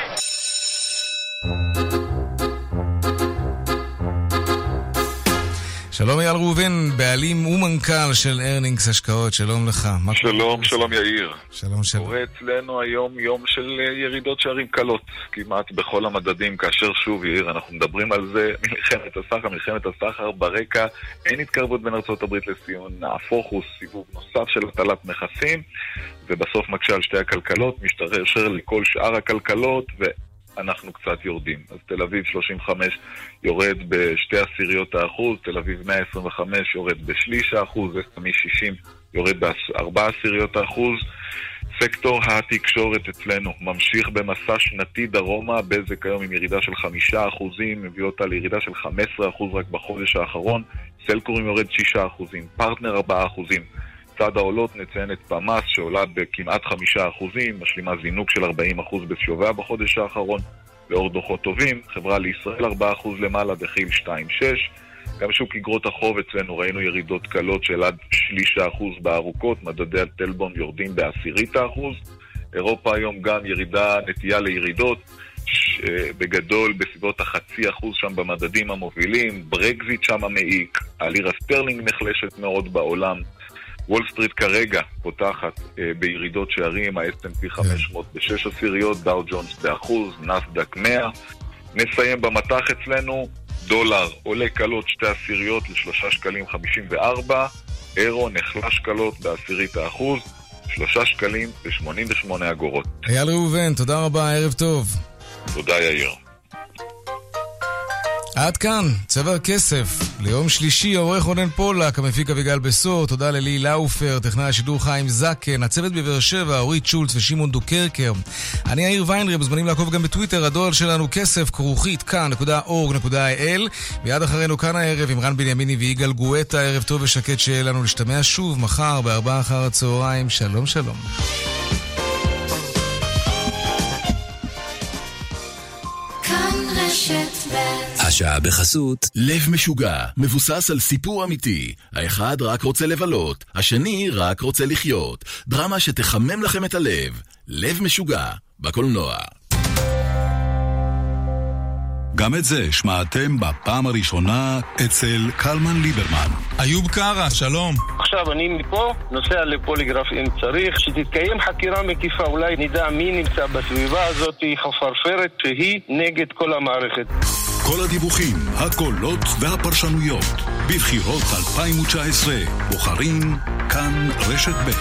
שלום אייל ראובן, בעלים ומנכ"ל של ארנינגס השקעות, שלום לך. שלום, שלום יאיר. שלום שלום. קורה אצלנו היום יום של ירידות שערים קלות, כמעט בכל המדדים, כאשר שוב יאיר, אנחנו מדברים על זה, מלחמת הסחר, מלחמת הסחר ברקע, אין התקרבות בין ארצות הברית לסיום, נהפוך הוא סיבוב נוסף של הטלת מכסים, ובסוף מקשה על שתי הכלכלות, משתרשר לכל שאר הכלכלות, ו... אנחנו קצת יורדים. אז תל אביב שלושים וחמש יורד בשתי עשיריות האחוז, תל אביב מאה עשרים וחמש יורד בשליש האחוז, אס אנד פי שישים יורד בארבע עשיריות האחוז. סקטור התקשורת אצלנו ממשיך במסע שנתי דרומה, בזק היום עם ירידה של חמישה אחוזים, מביא אותה לירידה של חמישה עשר אחוז רק בחודש האחרון, סלקורים יורד שישה אחוזים, פרטנר ארבעה אחוזים. צד העולות נציין את פמאס שעולה בכמעט חמישה אחוזים, משלימה זינוק של ארבעים אחוז בשובה בחודש האחרון, לאור דוחות טובים, חברה לישראל ארבעה אחוז למעלה וכיל שתיים נקודה שש. גם שוק אגרות החוב אצלנו ראינו ירידות קלות של עד שליש האחוז בארוכות, מדדי הטלבון יורדים בעשירית האחוז. אירופה היום גם ירידה, נטייה לירידות, ש... בגדול בסביבות החצי אחוז שם במדדים המובילים, ברקזיט שם מעיק, הלירה סטרלינג נחלשת מאוד בעולם. וול סטריט כרגע פותחת אה, בירידות שערים, ה-אס אנד פי חמש מאות בשש עשיריות, דאו ג'ונס באחוז, נסדק מאה. נסיים במתח אצלנו, דולר עולה קלות שתי עשיריות לשלושה שקלים חמישים וארבע, אירו נחלש קלות בעשירית האחוז, שלושה שקלים ושמונים ושמונה אגורות. אייל ראובן, תודה רבה, ערב טוב. תודה יאיר. עד כאן, צבע כסף. ליום שלישי, העורך רונן פולק, המפיק אביגל בסור, תודה ללי לאופר, טכנאי השידור חיים זקן, הצוות בבאר שבע, אורית שולץ ושמעון דוקרקר. אני יאיר ויינרי, מוזמנים לעקוב גם בטוויטר, הדואל שלנו כסף, כרוכית, כאן נקודה אורג נקודה איי אל. מיד אחרינו כאן הערב עם רן בנימיני ויגאל גואטה, ערב טוב ושקט שיהיה לנו להשתמע שוב מחר בארבעה אחר הצהריים. שלום שלום. השעה בחסות לב משוגע, מבוסס על סיפור אמיתי. האחד רק רוצה לבלות, השני רק רוצה לחיות. דרמה שתחמם לכם את הלב. לב משוגע, בקולנוע. גם את זה שמעתם בפעם הראשונה אצל קלמן ליברמן. איוב קרא, שלום. עכשיו אני מפה נוסע לפוליגרף אם צריך, שתתקיים חקירה מקיפה, אולי נדע מי נמצא בסביבה הזאת, חפרפרת שהיא נגד כל המערכת. כל הדיווחים, הקולות והפרשנויות בבחירות אלפיים תשע עשרה, בוחרים כאן רשת ב'.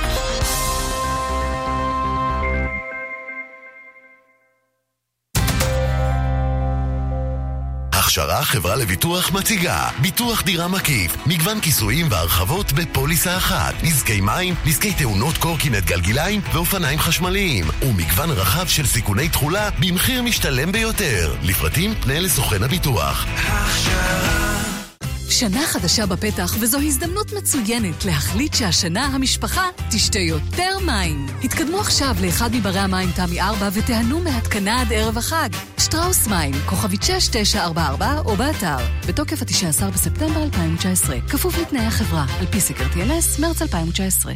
הכשרה חברה לביטוח מציגה ביטוח דירה מקיף, מגוון כיסויים והרחבות בפוליסה אחת, נזקי מים, נזקי תאונות קורקינט גלגיליים ואופניים חשמליים, ומגוון רחב של סיכוני תחולה במחיר משתלם ביותר. לפרטים פנה לסוכן הביטוח. הכשרה. שנה חדשה בפתח, וזו הזדמנות מצוינת להחליט שהשנה המשפחה תשתה יותר מים. התקדמו עכשיו לאחד מברי המים תמי ארבע ותהנו מהתקנה עד ערב החג. שטראוס מים, כוכבית שש תשע ארבע ארבע או באתר. בתוקף ה-תשעה עשר בספטמבר אלפיים תשע עשרה. כפוף לתנאי החברה, על פי סקר טי אן אס, מרץ אלפיים תשע עשרה.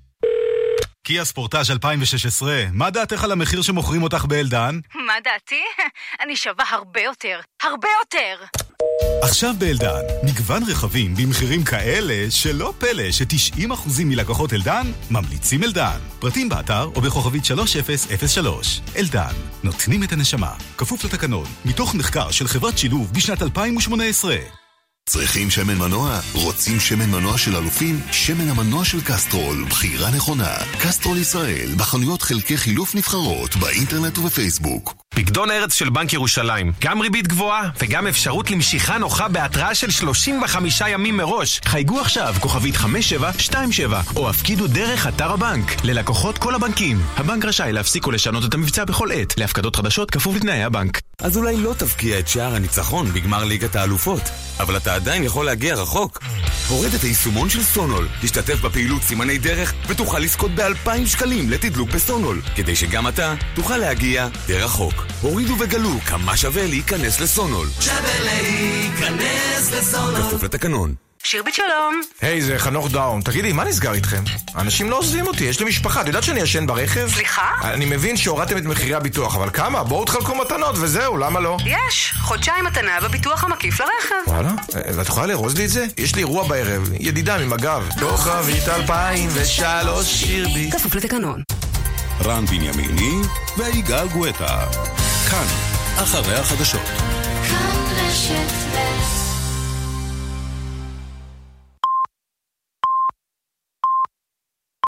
קיה ספורטאז' אלפיים ושש עשרה, מה דעתך על המחיר שמוכרים אותך באלדן? מה דעתי? אני שווה הרבה יותר, הרבה יותר! עכשיו באלדן, מגוון רכבים במחירים כאלה שלא פלא ש-תשעים אחוז מלקוחות אלדן ממליצים אלדן. פרטים באתר או בכוכבית שלוש אפס אפס שלוש. אלדן, נותנים את הנשמה, כפוף לתקנון, מתוך מחקר של חברת שילוב בשנת אלפיים ושמונה עשרה. צריכים שמן מנוע? רוצים שמן מנוע של אלופים? שמן המנוע של קסטרול, בחירה נכונה. קסטרול ישראל, בחנויות חלקי חילוף נבחרות, באינטרנט ובפייסבוק. פקדון ארץ של בנק ירושלים, גם ריבית גבוהה וגם אפשרות למשיכה נוחה בהתראה של שלושים וחמישה ימים מראש. חייגו עכשיו כוכבית חמש שבע שתיים שבע או הפקידו דרך אתר הבנק. ללקוחות כל הבנקים, הבנק רשאי להפסיק ולשנות את המבצע בכל עת. להפקדות חדשות כפוף לתנאי הבנק. אז אולי לא תבקיע את שער הניצחון בגמר ליגת האלופות, אבל אתה עדיין יכול להגיע רחוק. הורד את היישומון של סונול, תשתתף בפעילות סימני דרך ותוכל לזכות באלפיים שקלים לתדלוק בסונול, כדי שגם אתה תוכל להגיע די רחוק. הורידו וגלו כמה שווה להיכנס לסונול. שווה להיכנס לסונול. כפוף לתקנון. שירבית שלום. היי, זה חנוך דאום. תגידי, מה נסגר איתכם? אנשים לא עוזבים אותי, יש לי משפחה. את יודעת שאני ישן ברכב? סליחה? אני מבין שהורדתם את מחירי הביטוח, אבל כמה? בואו תחלקו מתנות וזהו, למה לא? יש, חודשיים מתנה בביטוח המקיף לרכב. וואלה? ואת יכולה לרוז לי את זה? יש לי אירוע בערב, ידידה ממג"ב. כוכבית אלפיים ושלוש שירבית. כפוף לתקנון. רן בנימיני ויגאל גואטה. כאן, אחרי החדשות. כאן רשת ב'.